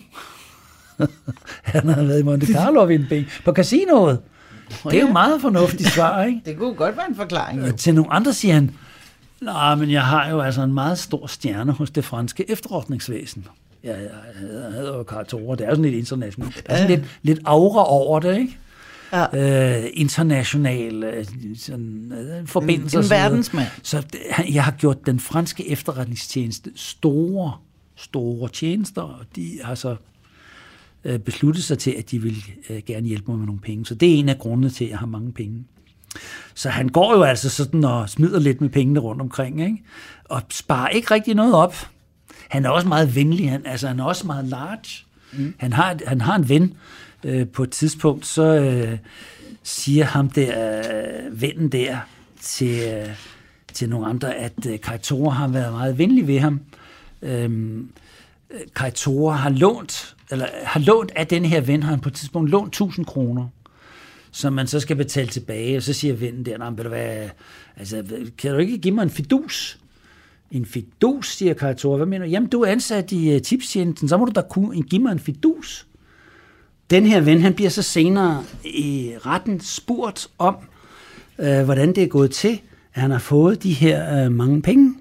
Han har været i Monte Carlo og vundet penge på casinoet. Det er jo meget fornuftigt svar, ikke? Det kunne godt være en forklaring. Jo. Til nogle andre siger han, nej, men jeg har jo altså en meget stor stjerne hos det franske efterretningsvæsen. Ja, jeg hedder jo Kai Thore, det er jo sådan lidt internationalt. Der er sådan lidt, lidt aura over det, ikke? Ja. Øh, international øh, sådan, øh, forbindelse. En, en verdensmand. Så det, jeg har gjort den franske efterretningstjeneste store, store tjenester, og de har så øh, besluttet sig til, at de vil øh, gerne hjælpe mig med nogle penge. Så det er en af grundene til, at jeg har mange penge. Så han går jo altså sådan og smider lidt med pengene rundt omkring, ikke? Og sparer ikke rigtig noget op. Han er også meget venlig, han, altså han er også meget large. Mm. Han, har, han har en ven, øh, på et tidspunkt, så øh, siger ham der, øh, vennen der, til, øh, til nogle andre, at øh, Kai Thore har været meget venlig ved ham. Øhm, Kai Thore har lånt, eller har lånt af den her ven, har han på et tidspunkt lånt tusind kroner, som man så skal betale tilbage, og så siger vennen der, nej, ved du hvad, altså, kan du ikke give mig en fidus? En fidus, siger Kai Thore. Hvad mener du? Jamen, du er ansat i uh, tipstjenesten, så må du da kunne give mig en fidus. Den her ven, han bliver så senere i retten spurgt om, øh, hvordan det er gået til, at han har fået de her øh, mange penge.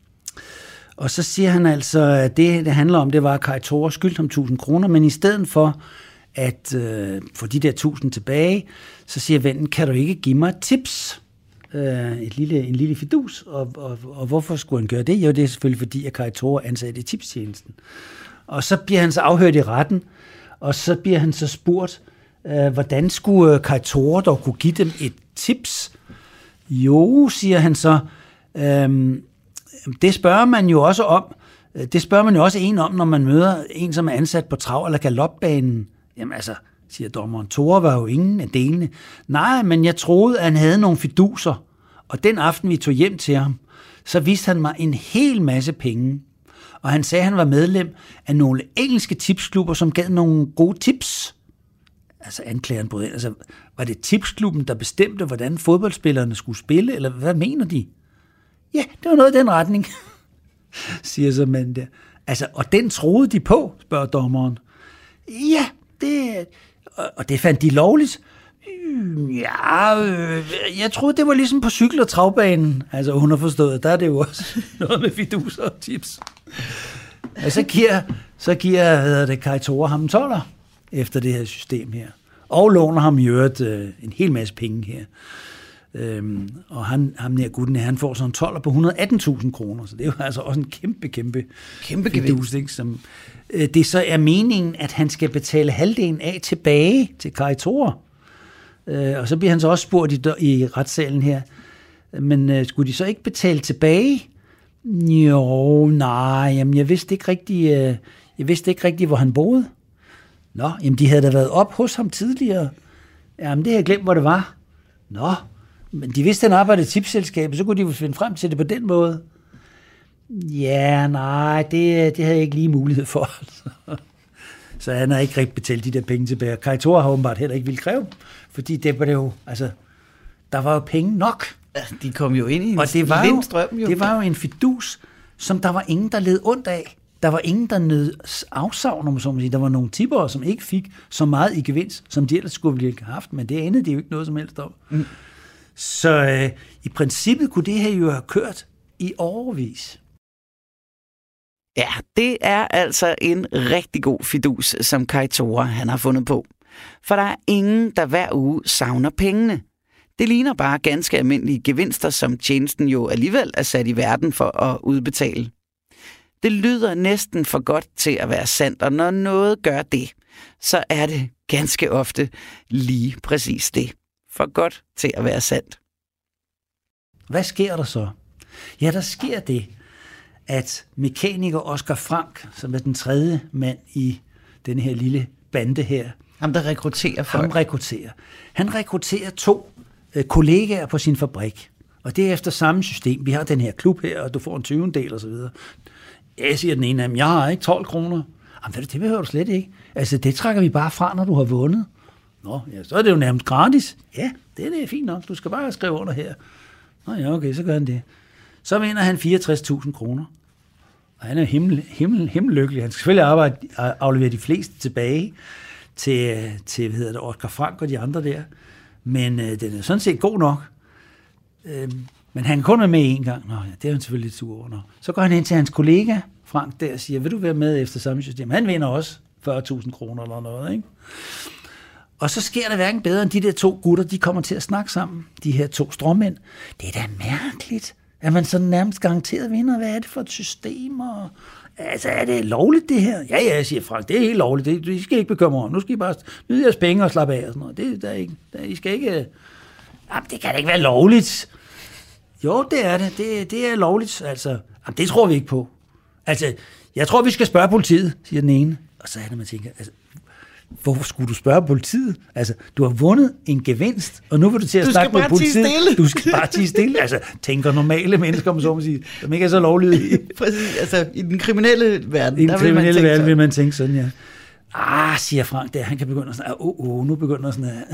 Og så siger han altså, at det, det handler om, det var, at Kai Thore skyldte ham tusind kroner, men i stedet for at øh, få de der tusind tilbage, så siger vennen, kan du ikke give mig et tips? Et lille, en lille fidus, og, og, og hvorfor skulle han gøre det? Jo, det er selvfølgelig fordi, at Kai Thore er ansat i tipstjenesten. Og så bliver han så afhørt i retten, og så bliver han så spurgt, øh, hvordan skulle Kai Thore dog kunne give dem et tips? Jo, siger han så, øh, det spørger man jo også om, det spørger man jo også en om, når man møder en, som er ansat på trav- eller galopbanen. Jamen altså, siger dommeren, Thore var jo ingen af delene. Nej, men jeg troede, at han havde nogle fiduser, og den aften, vi tog hjem til ham, så viste han mig en hel masse penge. Og han sagde, at han var medlem af nogle engelske tipsklubber, som gav nogle gode tips. Altså anklageren brød ind. Altså, var det tipsklubben, der bestemte, hvordan fodboldspillerne skulle spille, eller hvad mener de? Ja, det var noget i den retning, siger så manden der. Altså, og den troede de på, spørger dommeren. Ja, det... Og det fandt de lovligt. Ja, øh, jeg troede, det var ligesom på cykel- og travbanen. Altså, hun har forstået, der er det jo også noget med fiduser og tips. Og så giver, så giver hvad hedder det, Kai Thore ham en tolver efter det her system her. Og låner ham i øvrigt øh, en hel masse penge her. Øhm, og han, ham nær gutten her, han får sådan en tolver på et hundrede og atten tusind kroner. Så det er jo altså også en kæmpe, kæmpe, kæmpe fidus, ikke? Som, øh, det så er meningen, at han skal betale halvdelen af tilbage til Kai Thore. Øh, og så bliver han så også spurgt i, i retssalen her, men øh, skulle de så ikke betale tilbage? Jo, nej, jamen jeg vidste ikke rigtig, øh, jeg vidste ikke rigtig, hvor han boede. Nå, jamen de havde da været op hos ham tidligere. Jamen det har jeg glemt, hvor det var. Nå, men de vidste, at han arbejdede i tipsselskabet, så kunne de jo finde frem til det på den måde. Ja, nej, det, det havde jeg ikke lige mulighed for. Så han har ikke rigtig betalt de der penge tilbage. Kai Thore har åbenbart heller ikke ville kræve, fordi det var det jo, altså, der var jo penge nok. Ja, de kom jo ind i en og det var jo, strøm, jo. Det var jo en fidus, som der var ingen, der led ondt af. Der var ingen, der nød afsavn, om så må sige. Der var nogle tippere, som ikke fik så meget i gevinst, som de ellers skulle have haft, men det endte de jo ikke noget som helst om. Mm. Så øh, i princippet kunne det her jo have kørt i årevis. Ja, det er altså en rigtig god fidus, som Kai Thore han har fundet på. For der er ingen, der hver uge savner pengene. Det ligner bare ganske almindelige gevinster, som tjenesten jo alligevel er sat i verden for at udbetale. Det lyder næsten for godt til at være sandt, og når noget gør det, så er det ganske ofte lige præcis det. For godt til at være sandt. Hvad sker der så? Ja, der sker det, at mekaniker Oscar Frank, som er den tredje mand i den her lille bande her, ham der rekrutterer folk. Ham rekrutterer. Han rekrutterer to øh, kollegaer på sin fabrik, og det er efter samme system. Vi har den her klub her, og du får en tyvendel og så videre. Jeg siger den ene af dem, jeg har ikke tolv kroner. Jamen, det behøver du slet ikke. Altså, det trækker vi bare fra, når du har vundet. Nå, ja, så er det jo nærmest gratis. Ja, det er det fint nok. Du skal bare skrive under her. Nå ja, okay, så gør han det. Så vinder han fireogtres tusind kroner. Og han er himmel, himmel, himmellykkelig. Han skal selvfølgelig arbejde, aflevere de fleste tilbage til, til hvad hedder det, Oscar Frank og de andre der. Men øh, den er sådan set god nok. Øh, men han kan kun være med én gang. Nå ja, det er han selvfølgelig lidt sur over. Nå. Så går han ind til hans kollega, Frank, der og siger, vil du være med efter samme system? Han vinder også fyrre tusind kroner eller noget, ikke? Og så sker der hverken bedre, end de der to gutter, de kommer til at snakke sammen. De her to stråmænd. Det er da mærkeligt, at man sådan nærmest garanteret vinder. Hvad er det for et system? Og, altså, er det lovligt, det her? Ja, ja, siger Frank, det er helt lovligt. Det, I skal ikke bekymre om. Nu skal I bare nyde jeres penge og slappe af. Og sådan noget. Det, der er ikke, der, I skal ikke... Jamen, det kan da ikke være lovligt. Jo, det er det. Det, det er lovligt. Altså, jamen, det tror vi ikke på. Altså, jeg tror, vi skal spørge politiet, siger den ene. Og så er det, man tænker, altså, hvorfor skulle du spørge politiet? Altså, du har vundet en gevinst, og nu vil du til at du snakke med politiet. Du skal bare tie stille. Altså, tænker normale mennesker, om så må sige, som ikke er så lovlydige. Præcis, altså, i den kriminelle verden, I den kriminelle verden vil man tænke sådan, ja. Ah, siger Frank, der, han kan begynde at sådan, åh, oh, oh, nu begynder sådan, uh,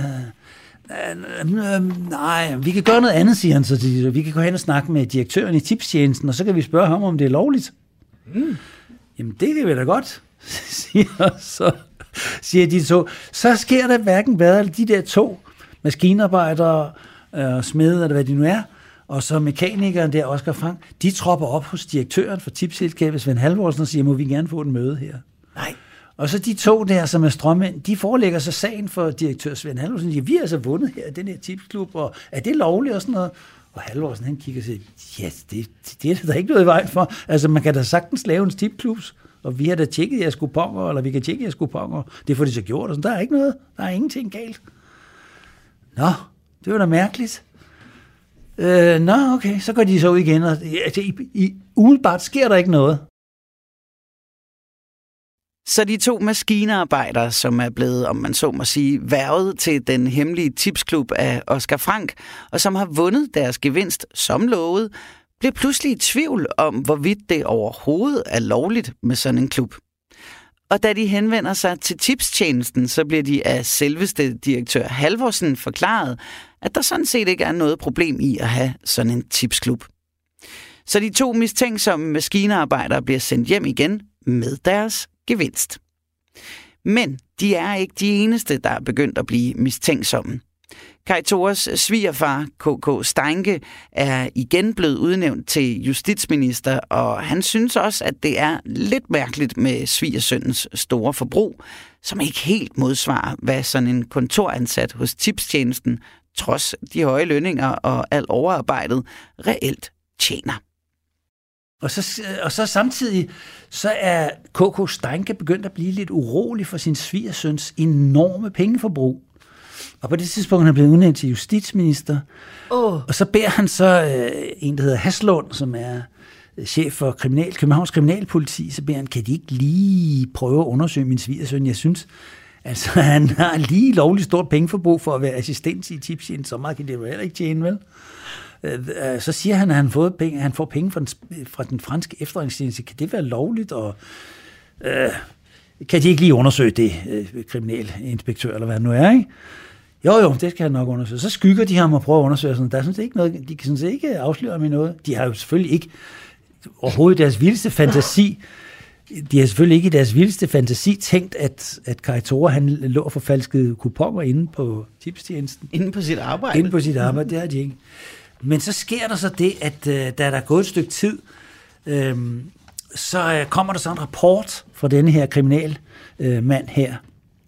uh, uh, uh, nej, vi kan gøre noget andet, siger han så. Til, vi kan gå hen og snakke med direktøren i tipstjenesten, og så kan vi spørge ham, om det er lovligt. Mm. Jamen, det kan vi da godt, siger så. Siger de to. Så sker der hverken hvad, eller de der to maskinarbejdere, øh, smede, eller hvad de nu er, og så mekanikeren der, Oscar Frank, de tropper op hos direktøren for tipsselskabet, Svend Halvorsen, og siger, må vi gerne få et møde her? Nej. Og så de to der, som er strømmænd, de forelægger så sagen for direktør Svend Halvorsen, og siger, vi har altså vundet her i den her tipsklub, og er det lovligt og sådan noget? Og Halvorsen, han kigger og siger, ja, yes, det, det er der ikke noget i vejen for. Altså, man kan da sagtens lave en tipklubs, og vi har da tjekket jeres kuponer, eller vi kan tjekke jeres kuponer. Det får de så gjort, og sådan. Der er ikke noget. Der er ingenting galt. Nå, det var da mærkeligt. Øh, nå, okay, så går de så ud igen, og altså, i, i, umiddelbart sker der ikke noget. Så de to maskinarbejdere, som er blevet, om man så må sige, værvet til den hemmelige tipsklub af Oscar Frank, og som har vundet deres gevinst som lovet, bliver pludselig i tvivl om, hvorvidt det overhovedet er lovligt med sådan en klub. Og da de henvender sig til tipstjenesten, så bliver de af selveste direktør Halvorsen forklaret, at der sådan set ikke er noget problem i at have sådan en tipsklub. Så de to mistænksomme maskinarbejdere bliver sendt hjem igen med deres gevinst. Men de er ikke de eneste, der er begyndt at blive mistænksomme. Kaj Thores svigerfar, K K Steinke, er igen blevet udnævnt til justitsminister, og han synes også, at det er lidt mærkeligt med svigersønnens store forbrug, som ikke helt modsvarer, hvad sådan en kontoransat hos tipstjenesten, trods de høje lønninger og alt overarbejdet, reelt tjener. Og så, og så samtidig, så er K K Steinke begyndt at blive lidt urolig for sin svigersøns enorme pengeforbrug. Og på det tidspunkt er han blevet udnævnt til justitsminister. Oh. Og så beder han så øh, en, der hedder Haslund, som er chef for kriminal, Københavns Kriminalpoliti, så beder han, kan de ikke lige prøve at undersøge min svigersøn? Jeg synes, altså han har lige lovligt stort pengeforbrug for at være assistent i tipstjenesten, så meget kan det jo heller ikke tjene, vel? Så siger han, at han, fået penge, han får penge fra den, fra den franske efterretningstjeneste. Kan det være lovligt? Og øh, kan de ikke lige undersøge det, øh, kriminalinspektør, eller hvad det nu er, ikke? Jo, jo, det skal han nok undersøge. Så skygger de ham og prøver at undersøge sådan. Der er sådan set ikke noget, de kan sådan set ikke afsløre ham i noget. De har jo selvfølgelig ikke overhovedet deres vildeste fantasi. De har selvfølgelig ikke i deres vildeste fantasi tænkt, at, at Kaj Thore, han lå for falskede kuponer inde på tipstjenesten. Inde på sit arbejde? Inde på sit arbejde, det har de ikke. Men så sker der så det, at øh, da der er gået et stykke tid, øh, så øh, kommer der så en rapport fra denne her kriminalmand øh, her,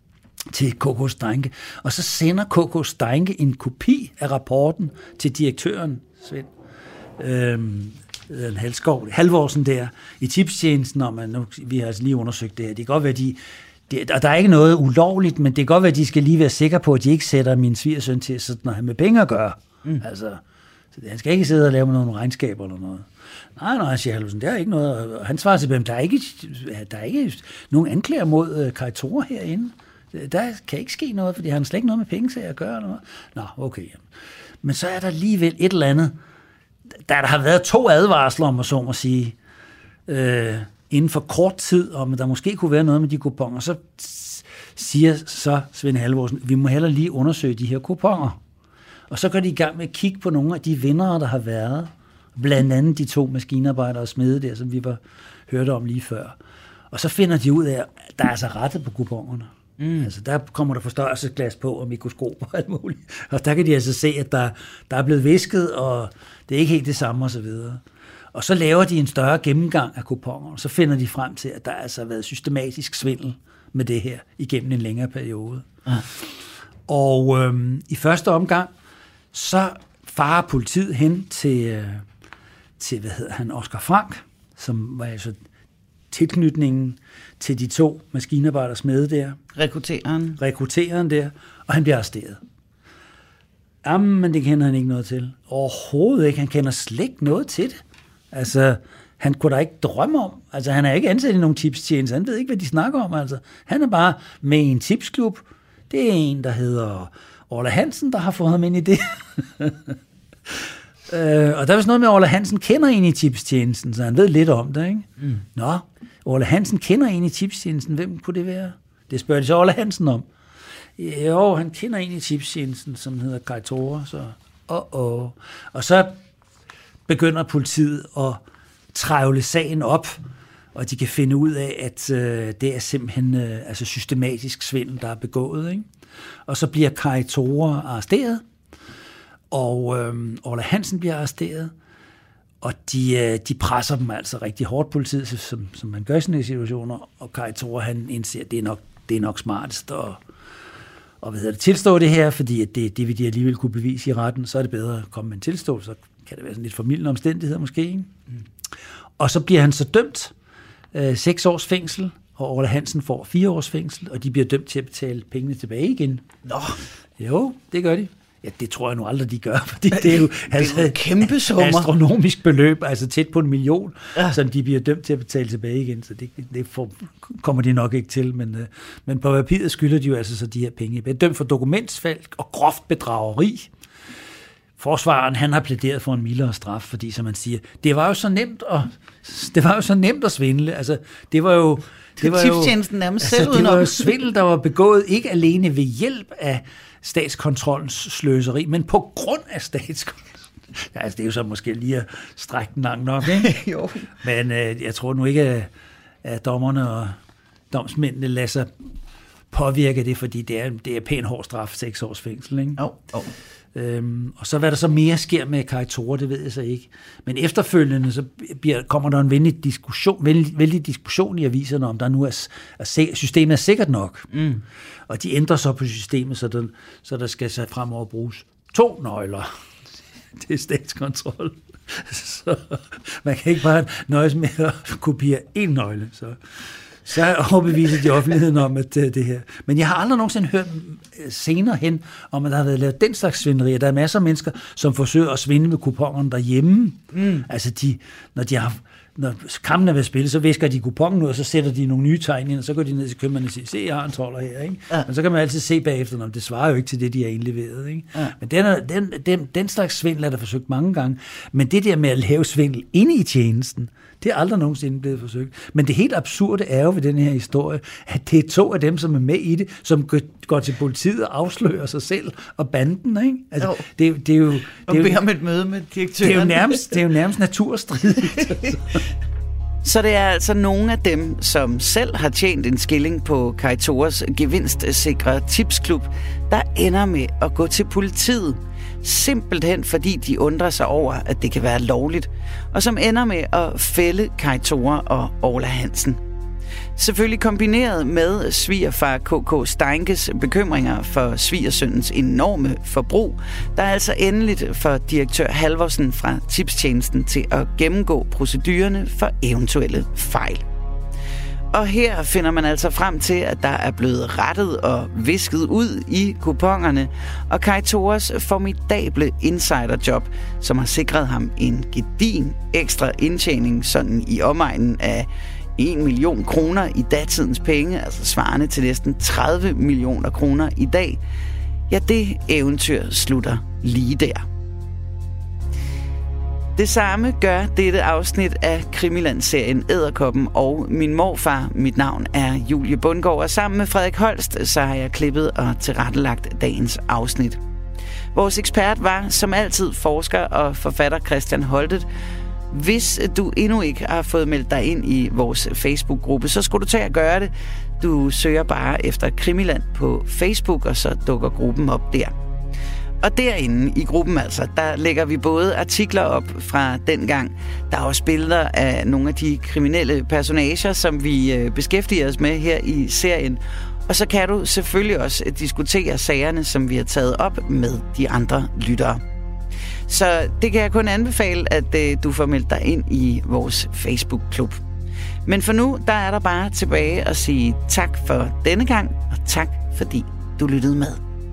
til K K Steinke. Og så sender K K Steinke en kopi af rapporten til direktøren, Svend øhm, Halskov, Halvorsen der, i tipstjenesten, om at nu, vi har altså lige undersøgt det her. Det kan godt være, de, det, og der er ikke noget ulovligt, men det kan godt være, at de skal lige være sikre på, at de ikke sætter min svigersøn til sådan noget med penge at gøre. Mm. Altså, så det, han skal ikke sidde og lave nogle regnskaber eller noget. Nej, nej, siger Halvorsen, det er ikke noget. Og han svarer til dem, der er ikke, der er ikke nogen anklager mod uh, Kai Thora herinde. Der kan ikke ske noget, fordi han slet ikke noget med penge at gøre. Eller noget. Nå, okay. Men så er der alligevel et eller andet, der, der har været to advarsler, om at så må sige, øh, inden for kort tid, om der måske kunne være noget med de kuponer, så siger så Svend Halvorsen, vi må heller lige undersøge de her kuponer. Og så går de i gang med at kigge på nogle af de vindere, der har været, blandt andet de to maskinarbejdere og smede der, som vi var hørte om lige før. Og så finder de ud af, at der er altså rettet på kuponerne. Mm. Altså, der kommer der forstørrelsesglas på og mikroskop og alt muligt. Og der kan de altså se, at der, der er blevet visket, og det er ikke helt det samme og så videre. Og så laver de en større gennemgang af kuponer, og så finder de frem til, at der altså har været systematisk svindel med det her igennem en længere periode. Ja. Og øhm, i første omgang, så farer politiet hen til, øh, til hvad hedder han, Oscar Frank, som var altså tilknytningen til de to maskinarbejdere smede der. Rekruttereren. Rekruttereren der, og han bliver arresteret. Jamen, men det kender han ikke noget til. Overhovedet ikke. Han kender slet ikke noget til det. Altså, han kunne da ikke drømme om. Altså, han er ikke ansat i nogen tipstjeneste. Han ved ikke, hvad de snakker om. Altså, han er bare med i en tipsklub. Det er en, der hedder Orla Hansen, der har fået ham ind i det. øh, og der er vist noget med, at Orla Hansen kender en i tipstjenesten, så han ved lidt om det, ikke? Mm. Nå, Orla Hansen kender en i tipstjenesten. Hvem kunne det være? Det spørger de så Orla Hansen om. Jo, han kender en i tipstjenesten, som hedder Kai Thora, så åh, åh. Og så begynder politiet at trævle sagen op, og de kan finde ud af, at øh, det er simpelthen øh, altså systematisk svindel, der er begået, ikke? Og så bliver Kai Thora arresteret, og øh, Orla Hansen bliver arresteret, og de, øh, de presser dem altså rigtig hårdt, politiet, som, som man gør i sådan nogle situationer, og Kai Thora, han indser, at det er nok, det er nok smartest at og hvad hedder det, tilstå det her, fordi at det, det vil de alligevel kunne bevise i retten, så er det bedre at komme med en tilståelse, så kan det være sådan lidt formildende omstændigheder måske, ikke? Mm. Og så bliver han så dømt øh, seks års fængsel, og Orla Hansen får fire års fængsel, og de bliver dømt til at betale pengene tilbage igen. Nå. Jo, det gør de. Ja, det tror jeg nu aldrig, de gør, fordi det er jo, altså, er jo kæmpe summer. Astronomisk beløb, altså tæt på en million, ja. Som de bliver dømt til at betale tilbage igen, så det, det får, kommer de nok ikke til, men, men på papiret skylder de jo altså så de her penge. De er dømt for dokumentsfald og groft bedrageri. Forsvareren, han har plæderet for en mildere straf, fordi som man siger, det var jo så nemt at, det var jo så nemt at svindle, altså det var jo det var jo, nærmest altså, det var jo svindel, der var begået ikke alene ved hjælp af statskontrollens sløseri, men på grund af statskontrollen. Ja, altså, det er jo så måske lige at strække den langt nok, ikke? Jo. Men øh, jeg tror nu ikke, at, at dommerne og domsmændene lader sig påvirke det, fordi det er, det er pæn hård straf, seks års fængsel, ikke? Oh, oh. Øhm, og så hvad der så mere sker med Kai Thora, det ved jeg så ikke. Men efterfølgende så bliver, kommer der en vældig diskussion, vældig, vældig diskussion i aviserne, om der nu er, er systemet er sikkert nok. Mm. Og de ændrer så på systemet, så der, så der skal så fremover bruges to nøgler til statskontrol. Så man kan ikke bare nøjes med at kopiere én nøgle, så... Så overbeviser de offentligheden om, at det her... Men jeg har aldrig nogensinde hørt senere hen, om at der har været lavet den slags svinderier. Der er masser af mennesker, som forsøger at svindle med kuponerne derhjemme. Mm. Altså, de, når de har... Når kampen er ved at spille, så visker de kuponen ud, og så sætter de nogle nye tegn ind, og så går de ned til købmanden og siger, se, jeg har en tolver her, ikke? Ja. Men så kan man altid se bagefter, om det svarer jo ikke til det, de har indleveret, ikke? Ja. Men den, er, den, den, den slags svindel er der forsøgt mange gange. Men det der med at lave svindel inde i tjenesten, det er aldrig nogensinde blevet forsøgt. Men det helt absurde er jo ved den her historie, at det er to af dem, som er med i det, som går til politiet og afslører sig selv og banden, ikke? Altså, det, det er jo... Det og beder om et møde med direktøren. Det er jo nærmest, det er jo nærmest naturstridigt. Så det er altså nogle af dem, som selv har tjent en skilling på Kai Thoras gevinstsikre tipsklub, der ender med at gå til politiet. Simpelthen fordi de undrer sig over, at det kan være lovligt, og som ender med at fælde Kai Thora og Orla Hansen. Selvfølgelig kombineret med svigerfar K K Steinkes bekymringer for svigersønnens enorme forbrug, der er altså endeligt for direktør Halvorsen fra tipstjenesten til at gennemgå procedurerne for eventuelle fejl. Og her finder man altså frem til, at der er blevet rettet og visket ud i kuponerne, og Kai Thores formidable insiderjob, som har sikret ham en gedin ekstra indtjening sådan i omegnen af en million kroner i datidens penge, altså svarende til næsten tredive millioner kroner i dag, ja, det eventyr slutter lige der. Det samme gør dette afsnit af Krimiland-serien Edderkoppen og Min Morfar. Mit navn er Julie Bundgaard, og sammen med Frederik Holst, så har jeg klippet og tilrettelagt dagens afsnit. Vores ekspert var som altid forsker og forfatter Christian Holtet. Hvis du endnu ikke har fået meldt dig ind i vores Facebook-gruppe, så skulle du tage at gøre det. Du søger bare efter Krimiland på Facebook, og så dukker gruppen op der. Og derinde i gruppen altså, der lægger vi både artikler op fra dengang. Der er også billeder af nogle af de kriminelle personager, som vi beskæftiger os med her i serien. Og så kan du selvfølgelig også diskutere sagerne, som vi har taget op med de andre lyttere. Så det kan jeg kun anbefale, at øh, du får meldt dig ind i vores Facebook-klub. Men for nu, der er der bare tilbage at sige tak for denne gang, og tak fordi du lyttede med.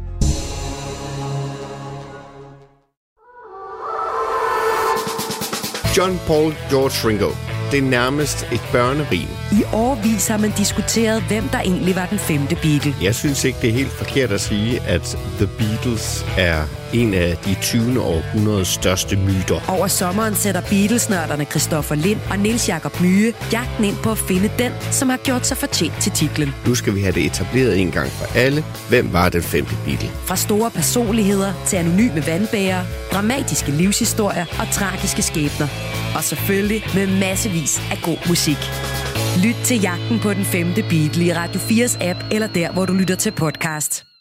John Paul George Ringo. Det er nærmest et børnerim. I årevis har man diskuteret, hvem der egentlig var den femte Beatle. Jeg synes ikke, det er helt forkert at sige, at The Beatles er en af de tyvende århundredes største myter. Over sommeren sætter Beatles-nørderne Christoffer Lind og Niels Jakob Myhe jagten ind på at finde den, som har gjort sig fortjent til titlen. Nu skal vi have det etableret en gang for alle. Hvem var den femte Beatle? Fra store personligheder til anonyme vandbærere, dramatiske livshistorier og tragiske skæbner. Og selvfølgelig med massevis af god musik. Lyt til jagten på den femte Beatle i Radio fires app eller der, hvor du lytter til podcast.